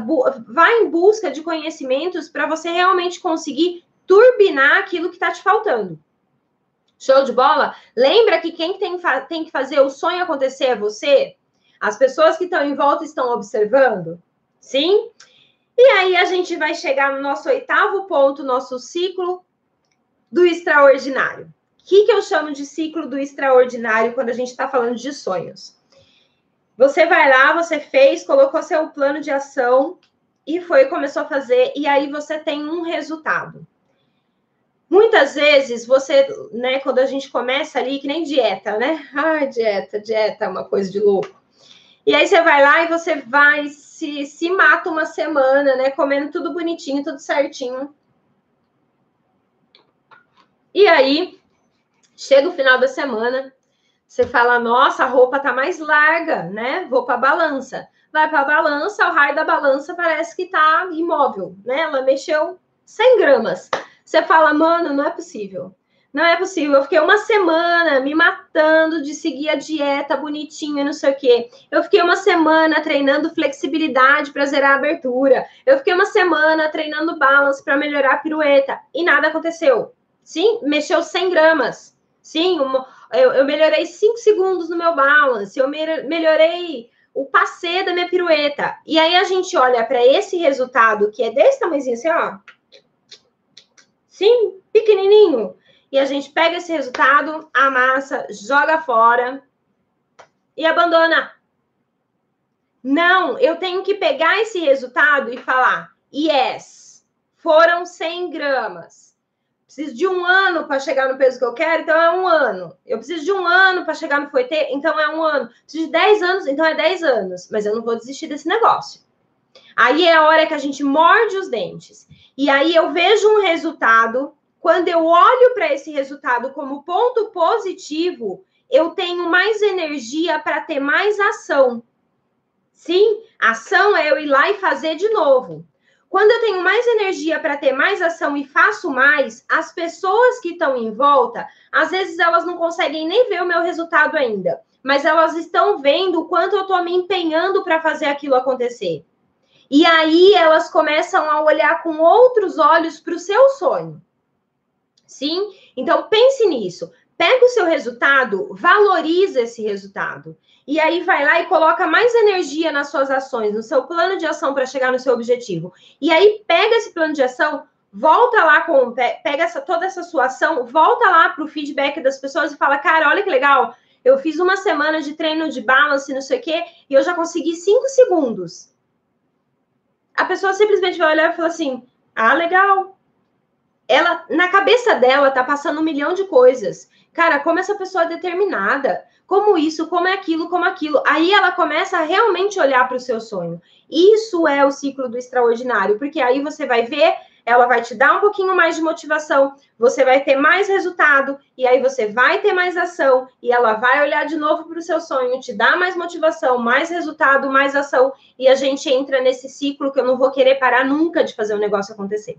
vai em busca de conhecimentos para você realmente conseguir turbinar aquilo que tá te faltando. Show de bola? Lembra que quem tem que fazer o sonho acontecer é você? As pessoas que estão em volta estão observando? Sim? E aí a gente vai chegar no nosso 8º ponto, nosso ciclo do extraordinário. O que eu chamo de ciclo do extraordinário quando a gente está falando de sonhos? Você vai lá, você fez, colocou seu plano de ação e começou a fazer, e aí você tem um resultado. Muitas vezes você, né, quando a gente começa ali, que nem dieta, né? Dieta é uma coisa de louco. E aí você vai lá e você vai, se mata uma semana, né? Comendo tudo bonitinho, tudo certinho. E aí, chega o final da semana, você fala, nossa, a roupa tá mais larga, né? Vou pra balança. Vai pra balança, o raio da balança parece que tá imóvel, né? Ela mexeu 100 gramas. Você fala, mano, não é possível. Não é possível. Eu fiquei uma semana me matando de seguir a dieta bonitinha, não sei o quê. Eu fiquei uma semana treinando flexibilidade para zerar a abertura. Eu fiquei uma semana treinando balance para melhorar a pirueta. E nada aconteceu. Sim, mexeu 100 gramas. Sim, eu melhorei 5 segundos no meu balance. Eu melhorei o passê da minha pirueta. E aí a gente olha para esse resultado, que é desse tamanhozinho assim, ó. Sim, pequenininho. E a gente pega esse resultado, amassa, joga fora e abandona. Não, eu tenho que pegar esse resultado e falar, yes, foram 100 gramas. Preciso de 1 ano para chegar no peso que eu quero, então é 1 ano. Eu preciso de 1 ano para chegar no FOT, então é 1 ano. Preciso de 10 anos, então é 10 anos. Mas eu não vou desistir desse negócio. Aí é a hora que a gente morde os dentes. E aí eu vejo um resultado. Quando eu olho para esse resultado como ponto positivo, eu tenho mais energia para ter mais ação. Sim, ação é eu ir lá e fazer de novo. Quando eu tenho mais energia para ter mais ação e faço mais, as pessoas que estão em volta, às vezes elas não conseguem nem ver o meu resultado ainda, mas elas estão vendo o quanto eu estou me empenhando para fazer aquilo acontecer. E aí elas começam a olhar com outros olhos para o seu sonho. Sim? Então pense nisso. Pega o seu resultado, valoriza esse resultado. E aí vai lá e coloca mais energia nas suas ações, no seu plano de ação para chegar no seu objetivo. E aí pega esse plano de ação, volta lá pega toda essa sua ação, volta lá para o feedback das pessoas e fala, cara, olha que legal, eu fiz 1 semana de treino de balance, não sei o quê, e eu já consegui 5 segundos. A pessoa simplesmente vai olhar e falar assim, ah, legal. Ela, na cabeça dela, tá passando 1 milhão de coisas. Cara, como essa pessoa é determinada, como isso, como é aquilo, como aquilo. Aí ela começa a realmente olhar para o seu sonho. Isso é o ciclo do extraordinário, porque aí você vai ver, ela vai te dar um pouquinho mais de motivação, você vai ter mais resultado, e aí você vai ter mais ação, e ela vai olhar de novo para o seu sonho, te dar mais motivação, mais resultado, mais ação, e a gente entra nesse ciclo que eu não vou querer parar nunca de fazer o negócio acontecer.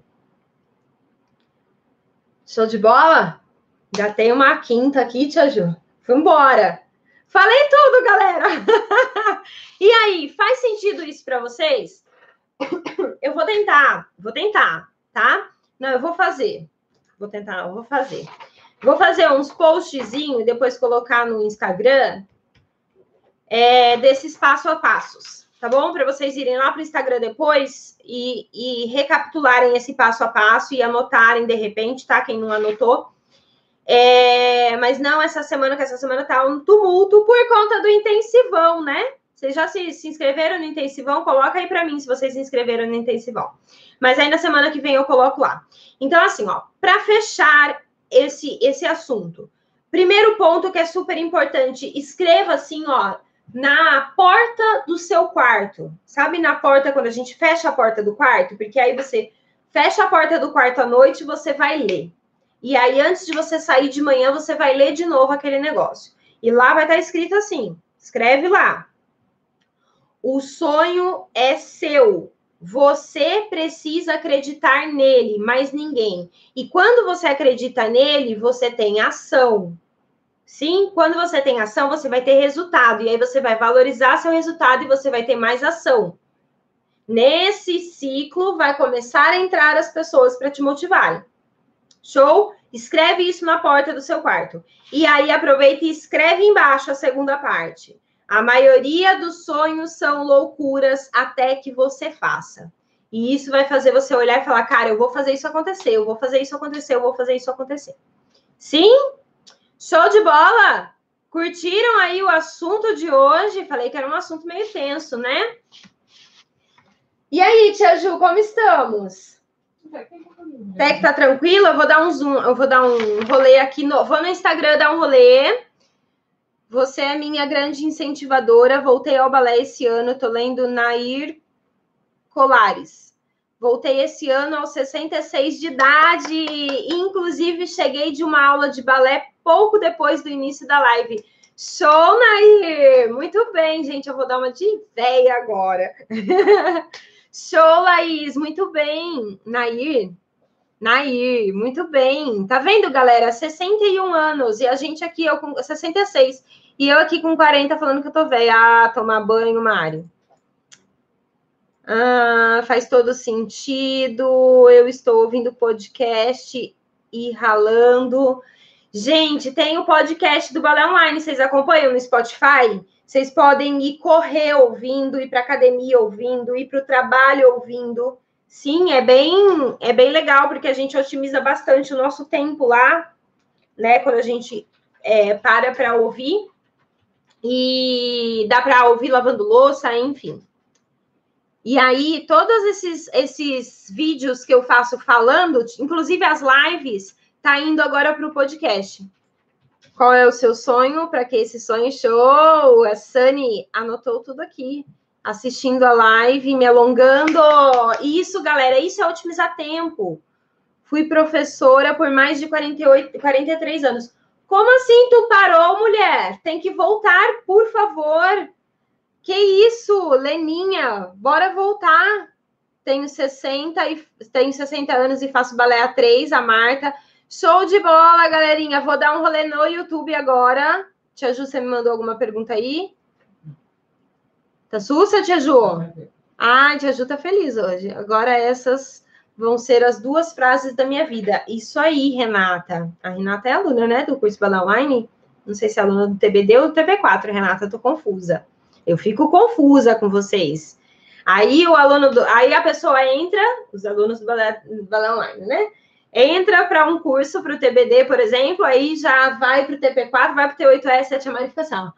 Show de bola? Já tem uma quinta aqui, Tia Ju. Vambora! Falei tudo, galera! E aí, faz sentido isso para vocês? Eu vou tentar, tá? Não, eu vou fazer. Vou tentar, não, vou fazer. Vou fazer uns postzinhos e depois colocar no Instagram desses passo a passos, tá bom? Para vocês irem lá para o Instagram depois e recapitularem esse passo a passo e anotarem de repente, tá? Quem não anotou. Mas não essa semana, que essa semana tá um tumulto por conta do intensivão, né? Vocês já se inscreveram no intensivão? Coloca aí para mim se vocês se inscreveram no intensivão. Mas aí na semana que vem eu coloco lá. Então, assim, ó, para fechar esse assunto, primeiro ponto que é super importante, escreva assim, ó, na porta do seu quarto. Sabe na porta, quando a gente fecha a porta do quarto? Porque aí você fecha a porta do quarto à noite e você vai ler. E aí, antes de você sair de manhã, você vai ler de novo aquele negócio. E lá vai estar escrito assim, escreve lá. O sonho é seu. Você precisa acreditar nele, mais ninguém. E quando você acredita nele, você tem ação. Sim, quando você tem ação, você vai ter resultado. E aí você vai valorizar seu resultado e você vai ter mais ação. Nesse ciclo, vai começar a entrar as pessoas para te motivarem. Show? Escreve isso na porta do seu quarto. E aí aproveita e escreve embaixo a segunda parte. A maioria dos sonhos são loucuras até que você faça. E isso vai fazer você olhar e falar, cara, eu vou fazer isso acontecer, eu vou fazer isso acontecer, eu vou fazer isso acontecer. Sim? Show de bola? Curtiram aí o assunto de hoje? Falei que era um assunto meio tenso, né? E aí, Tia Ju, como estamos? Até que tá tranquilo, eu vou dar um zoom, eu vou dar um rolê aqui, vou no Instagram dar um rolê. Você é minha grande incentivadora, voltei ao balé esse ano, tô lendo Nair Colares. Voltei esse ano aos 66 de idade, inclusive cheguei de uma aula de balé pouco depois do início da live. Show, Nair! Muito bem, gente, eu vou dar uma de véia agora. Show, Laís, muito bem. Nair, muito bem. Tá vendo, galera? 61 anos e a gente aqui, eu com 66. E eu aqui com 40 falando que eu tô velha. Ah, tomar banho, Mari. Ah, faz todo sentido. Eu estou ouvindo podcast e ralando. Gente, tem o podcast do Balé Online. Vocês acompanham no Spotify? Vocês podem ir correr ouvindo, ir para academia ouvindo, ir para o trabalho ouvindo. Sim, é bem legal, porque a gente otimiza bastante o nosso tempo lá, né? Quando a gente para ouvir. E dá para ouvir lavando louça, enfim. E aí, todos esses vídeos que eu faço falando, inclusive as lives, tá indo agora para o podcast. Qual é o seu sonho? Para que esse sonho? Show! A Sani anotou tudo aqui, assistindo a live, me alongando. Isso, galera, isso é otimizar tempo. Fui professora por mais de 43 anos. Como assim tu parou, mulher? Tem que voltar, por favor. Que isso, Leninha? Bora voltar. Tenho 60 anos e faço balé há 3, a Marta. Show de bola, galerinha. Vou dar um rolê no YouTube agora. Tia Ju, você me mandou alguma pergunta aí? Tá sussa, Tia Ju? Ah, Tia Ju tá feliz hoje. Agora essas vão ser as 2 frases da minha vida. Isso aí, Renata. A Renata é aluna, né, do curso Balé Online? Não sei se é aluna do TBD ou do TB4, Renata. Tô confusa. Eu fico confusa com vocês. Aí aí a pessoa entra, os alunos do balé online, né? Entra para um curso para o TBD, por exemplo, aí já vai para o TP4, vai para o T8S, a tia Mari fica assim, ó.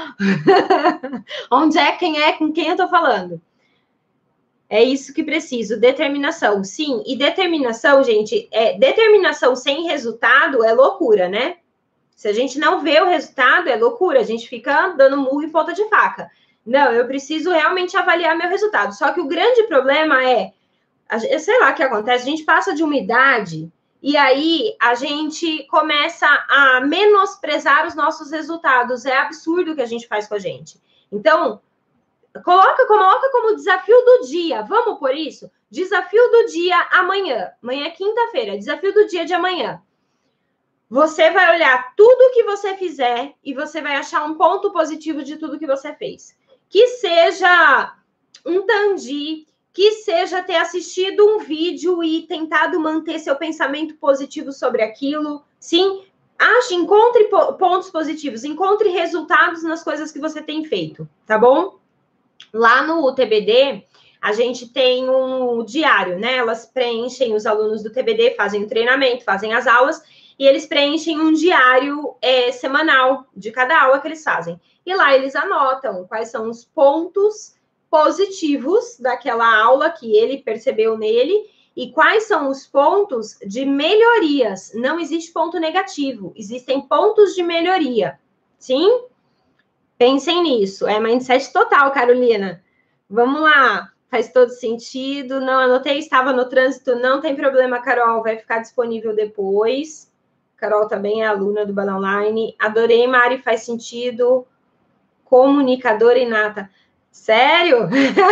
Onde é, com quem eu tô falando? É isso que preciso, determinação. Sim, e determinação, gente, determinação sem resultado é loucura, né? Se a gente não vê o resultado, é loucura, a gente fica dando murro em ponta de faca. Não, eu preciso realmente avaliar meu resultado. Só que o grande problema sei lá o que acontece, a gente passa de uma idade e aí a gente começa a menosprezar os nossos resultados. É absurdo o que a gente faz com a gente. Então, coloca como desafio do dia. Vamos por isso? Desafio do dia amanhã. Amanhã é quinta-feira. Desafio do dia de amanhã. Você vai olhar tudo que você fizer e você vai achar um ponto positivo de tudo que você fez. Que seja um tandi, que seja ter assistido um vídeo e tentado manter seu pensamento positivo sobre aquilo. Sim, encontre pontos positivos, encontre resultados nas coisas que você tem feito, tá bom? Lá no TBD, a gente tem um diário, né? Elas preenchem, os alunos do TBD fazem o treinamento, fazem as aulas, e eles preenchem um diário semanal de cada aula que eles fazem. E lá eles anotam quais são os pontos positivos daquela aula que ele percebeu nele e quais são os pontos de melhorias. Não existe ponto negativo, existem pontos de melhoria. Sim? Pensem nisso. É mindset total, Carolina. Vamos lá. Faz todo sentido. Não anotei, estava no trânsito. Não tem problema, Carol. Vai ficar disponível depois. Carol também é aluna do Balé Online. Adorei, Mari. Faz sentido. Comunicadora inata. Sério?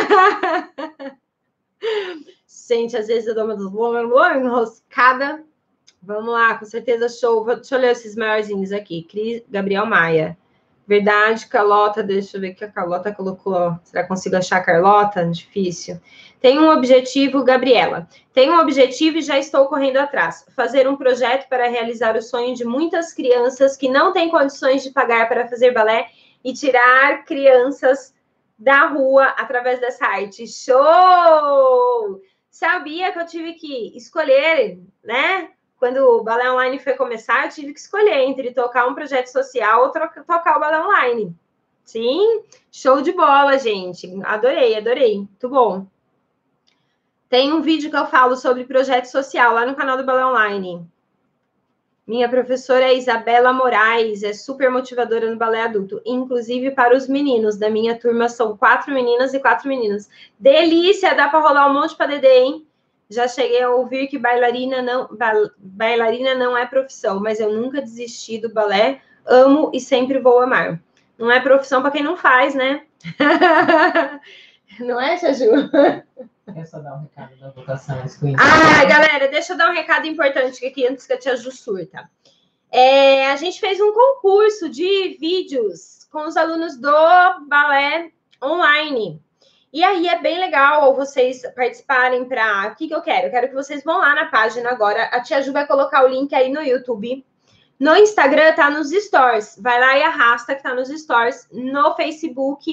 Gente, às vezes eu dou uma enroscada. Vamos lá, com certeza show. Deixa eu ler esses maiorzinhos aqui. Gabriel Maia. Verdade, Carlota, deixa eu ver o que a Carlota colocou. Será que consigo achar a Carlota? Difícil. Tem um objetivo, Gabriela. Tem um objetivo e já estou correndo atrás. Fazer um projeto para realizar o sonho de muitas crianças que não têm condições de pagar para fazer balé e tirar crianças da rua através dessa arte. Show! Sabia que eu tive que escolher, né? Quando o Balé Online foi começar, eu tive que escolher entre tocar um projeto social ou tocar o Balé Online. Sim, show de bola, gente. Adorei, adorei. Muito bom. Tem um vídeo que eu falo sobre projeto social lá no canal do Balé Online. Minha professora é Isabela Moraes, é super motivadora no balé adulto, inclusive para os meninos. Da minha turma são 4 meninas e 4 meninos. Delícia, dá para rolar um monte para Dedê, hein? Já cheguei a ouvir que bailarina não é profissão, mas eu nunca desisti do balé, amo e sempre vou amar. Não é profissão para quem não faz, né? Não é, Tia Ju? É só dar um recado da votação. Galera, deixa eu dar um recado importante aqui antes que a Tia Ju surta. A gente fez um concurso de vídeos com os alunos do Balé Online. E aí é bem legal vocês participarem para... O que eu quero? Eu quero que vocês vão lá na página agora. A Tia Ju vai colocar o link aí no YouTube. No Instagram tá nos stories. Vai lá e arrasta que tá nos stories. No Facebook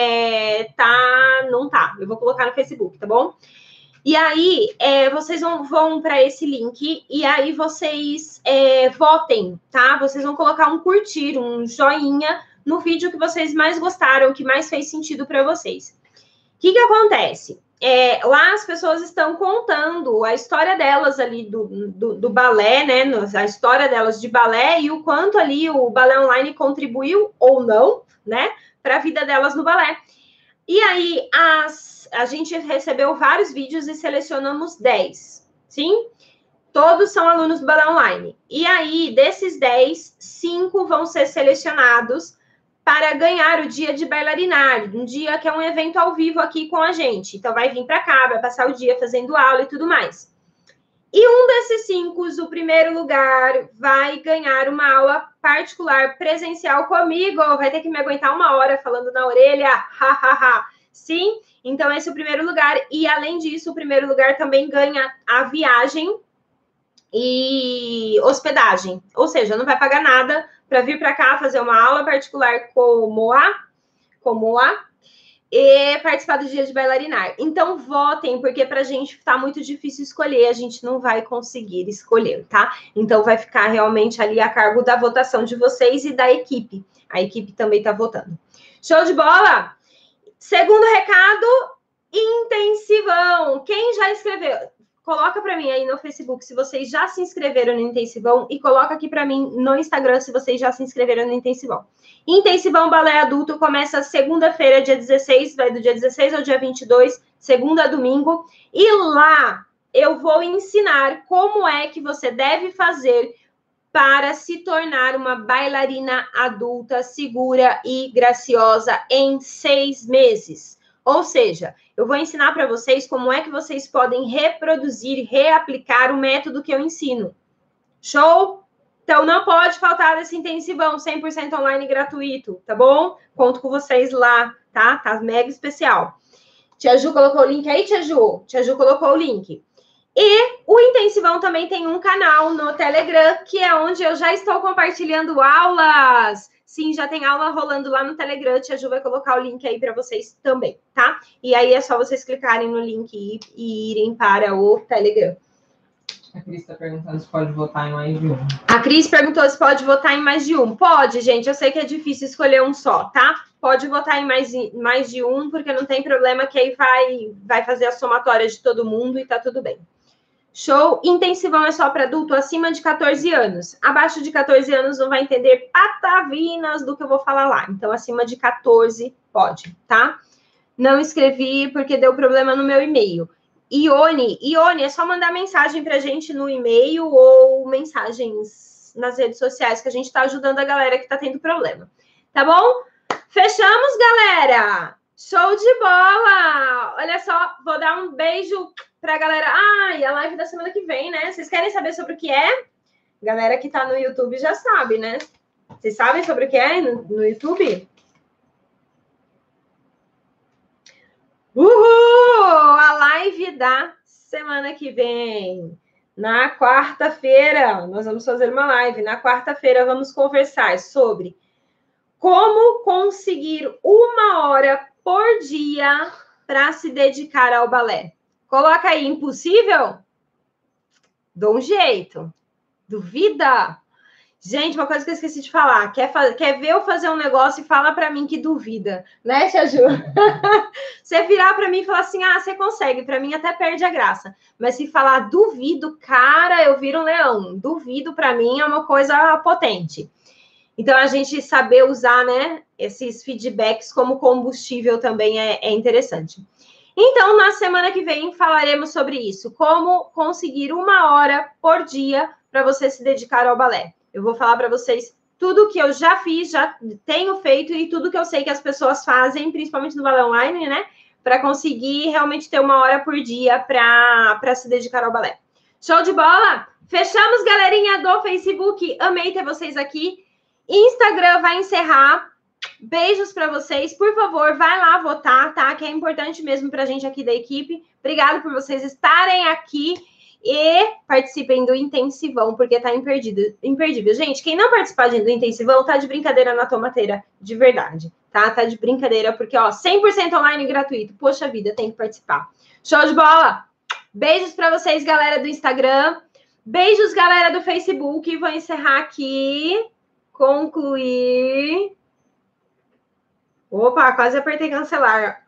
não tá. Eu vou colocar no Facebook, tá bom? E aí vocês vão para esse link e aí vocês votem, tá? Vocês vão colocar um curtir, um joinha no vídeo que vocês mais gostaram, que mais fez sentido para vocês. que acontece? Lá as pessoas estão contando a história delas ali do balé, né? A história delas de balé e o quanto ali o balé online contribuiu ou não, né? Para a vida delas no balé. E aí a gente recebeu vários vídeos e selecionamos 10, sim? Todos são alunos do balé online. E aí, desses 10, 5 vão ser selecionados para ganhar o dia de bailarinar, um dia que é um evento ao vivo aqui com a gente. Então, vai vir para cá, vai passar o dia fazendo aula e tudo mais. E um desses 5, o primeiro lugar, vai ganhar uma aula particular presencial comigo. Vai ter que me aguentar 1 hora falando na orelha. Sim, então esse é o primeiro lugar. E, além disso, o primeiro lugar também ganha a viagem e hospedagem. Ou seja, não vai pagar nada para vir para cá fazer uma aula particular como a e participar do dia de bailarinar. Então, votem, porque para a gente tá muito difícil escolher, a gente não vai conseguir escolher, tá? Então, vai ficar realmente ali a cargo da votação de vocês e da equipe. A equipe também tá votando. Show de bola? Segundo recado, intensivão. Quem já escreveu? Coloca para mim aí no Facebook se vocês já se inscreveram no Intensivão e coloca aqui para mim no Instagram se vocês já se inscreveram no Intensivão. Intensivão Balé Adulto começa segunda-feira, dia 16, vai do dia 16 ao dia 22, segunda a domingo. E lá eu vou ensinar como é que você deve fazer para se tornar uma bailarina adulta, segura e graciosa em 6 meses. Ou seja, eu vou ensinar para vocês como é que vocês podem reproduzir, reaplicar o método que eu ensino. Show? Então, não pode faltar desse intensivão 100% online gratuito, tá bom? Conto com vocês lá, tá? Tá mega especial. Tia Ju colocou o link aí, Tia Ju? Tia Ju colocou o link. E o Intensivão também tem um canal no Telegram, que é onde eu já estou compartilhando aulas. Sim, já tem aula rolando lá no Telegram. Tia Ju vai colocar o link aí para vocês também, tá? E aí é só vocês clicarem no link e irem para o Telegram. A Cris está perguntando se pode votar em mais de um. A Cris perguntou se pode votar em mais de um. Pode, gente. Eu sei que é difícil escolher um só, tá? Pode votar em mais de um, porque não tem problema, que aí vai fazer a somatória de todo mundo e tá tudo bem. Show? Intensivão é só para adulto acima de 14 anos. Abaixo de 14 anos não vai entender patavinas do que eu vou falar lá. Então, acima de 14 pode, tá? Não escrevi porque deu problema no meu e-mail. Ione, é só mandar mensagem pra gente no e-mail ou mensagens nas redes sociais, que a gente tá ajudando a galera que tá tendo problema. Tá bom? Fechamos, galera! Show de bola! Olha só, vou dar um beijo pra galera. E a live da semana que vem, né? Vocês querem saber sobre o que é? Galera que tá no YouTube já sabe, né? Vocês sabem sobre o que é no YouTube? Uhul! A live da semana que vem. Na quarta-feira, nós vamos fazer uma live. Na quarta-feira, vamos conversar sobre como conseguir 1 hora por dia para se dedicar ao balé. Coloca aí, impossível? Dou um jeito. Duvida? Gente, uma coisa que eu esqueci de falar. Quer ver eu fazer um negócio e fala para mim que duvida, né, Tia Ju? Você virar para mim e falar assim, você consegue. Para mim até perde a graça. Mas se falar duvido, cara, eu viro um leão. Duvido, para mim, é uma coisa potente. Então, a gente saber usar, né, esses feedbacks como combustível também é interessante. Então, na semana que vem, falaremos sobre isso. Como conseguir 1 hora por dia para você se dedicar ao balé. Eu vou falar para vocês tudo que eu já fiz, já tenho feito e tudo que eu sei que as pessoas fazem, principalmente no balé online, né? Para conseguir realmente ter 1 hora por dia para se dedicar ao balé. Show de bola? Fechamos, galerinha do Facebook. Amei ter vocês aqui. Instagram vai encerrar. Beijos para vocês. Por favor, vai lá votar, tá? Que é importante mesmo para a gente aqui da equipe. Obrigada por vocês estarem aqui. E participem do Intensivão, porque tá imperdível. Gente, quem não participar do Intensivão tá de brincadeira na tomateira, de verdade, tá? Tá de brincadeira, porque, 100% online e gratuito. Poxa vida, tem que participar. Show de bola! Beijos pra vocês, galera do Instagram. Beijos, galera do Facebook. Vou encerrar aqui. Concluir. Opa, quase apertei cancelar.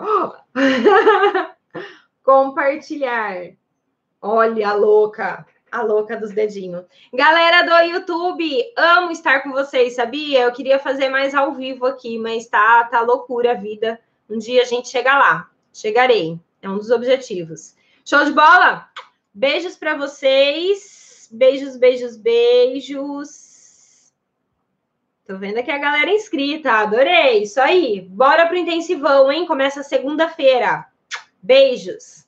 Compartilhar. Olha, a louca dos dedinhos. Galera do YouTube, amo estar com vocês, sabia? Eu queria fazer mais ao vivo aqui, mas tá loucura a vida. Um dia a gente chega lá. Chegarei. É um dos objetivos. Show de bola? Beijos para vocês. Beijos, beijos, beijos. Tô vendo aqui a galera inscrita. Adorei. Isso aí. Bora pro intensivão, hein? Começa segunda-feira. Beijos.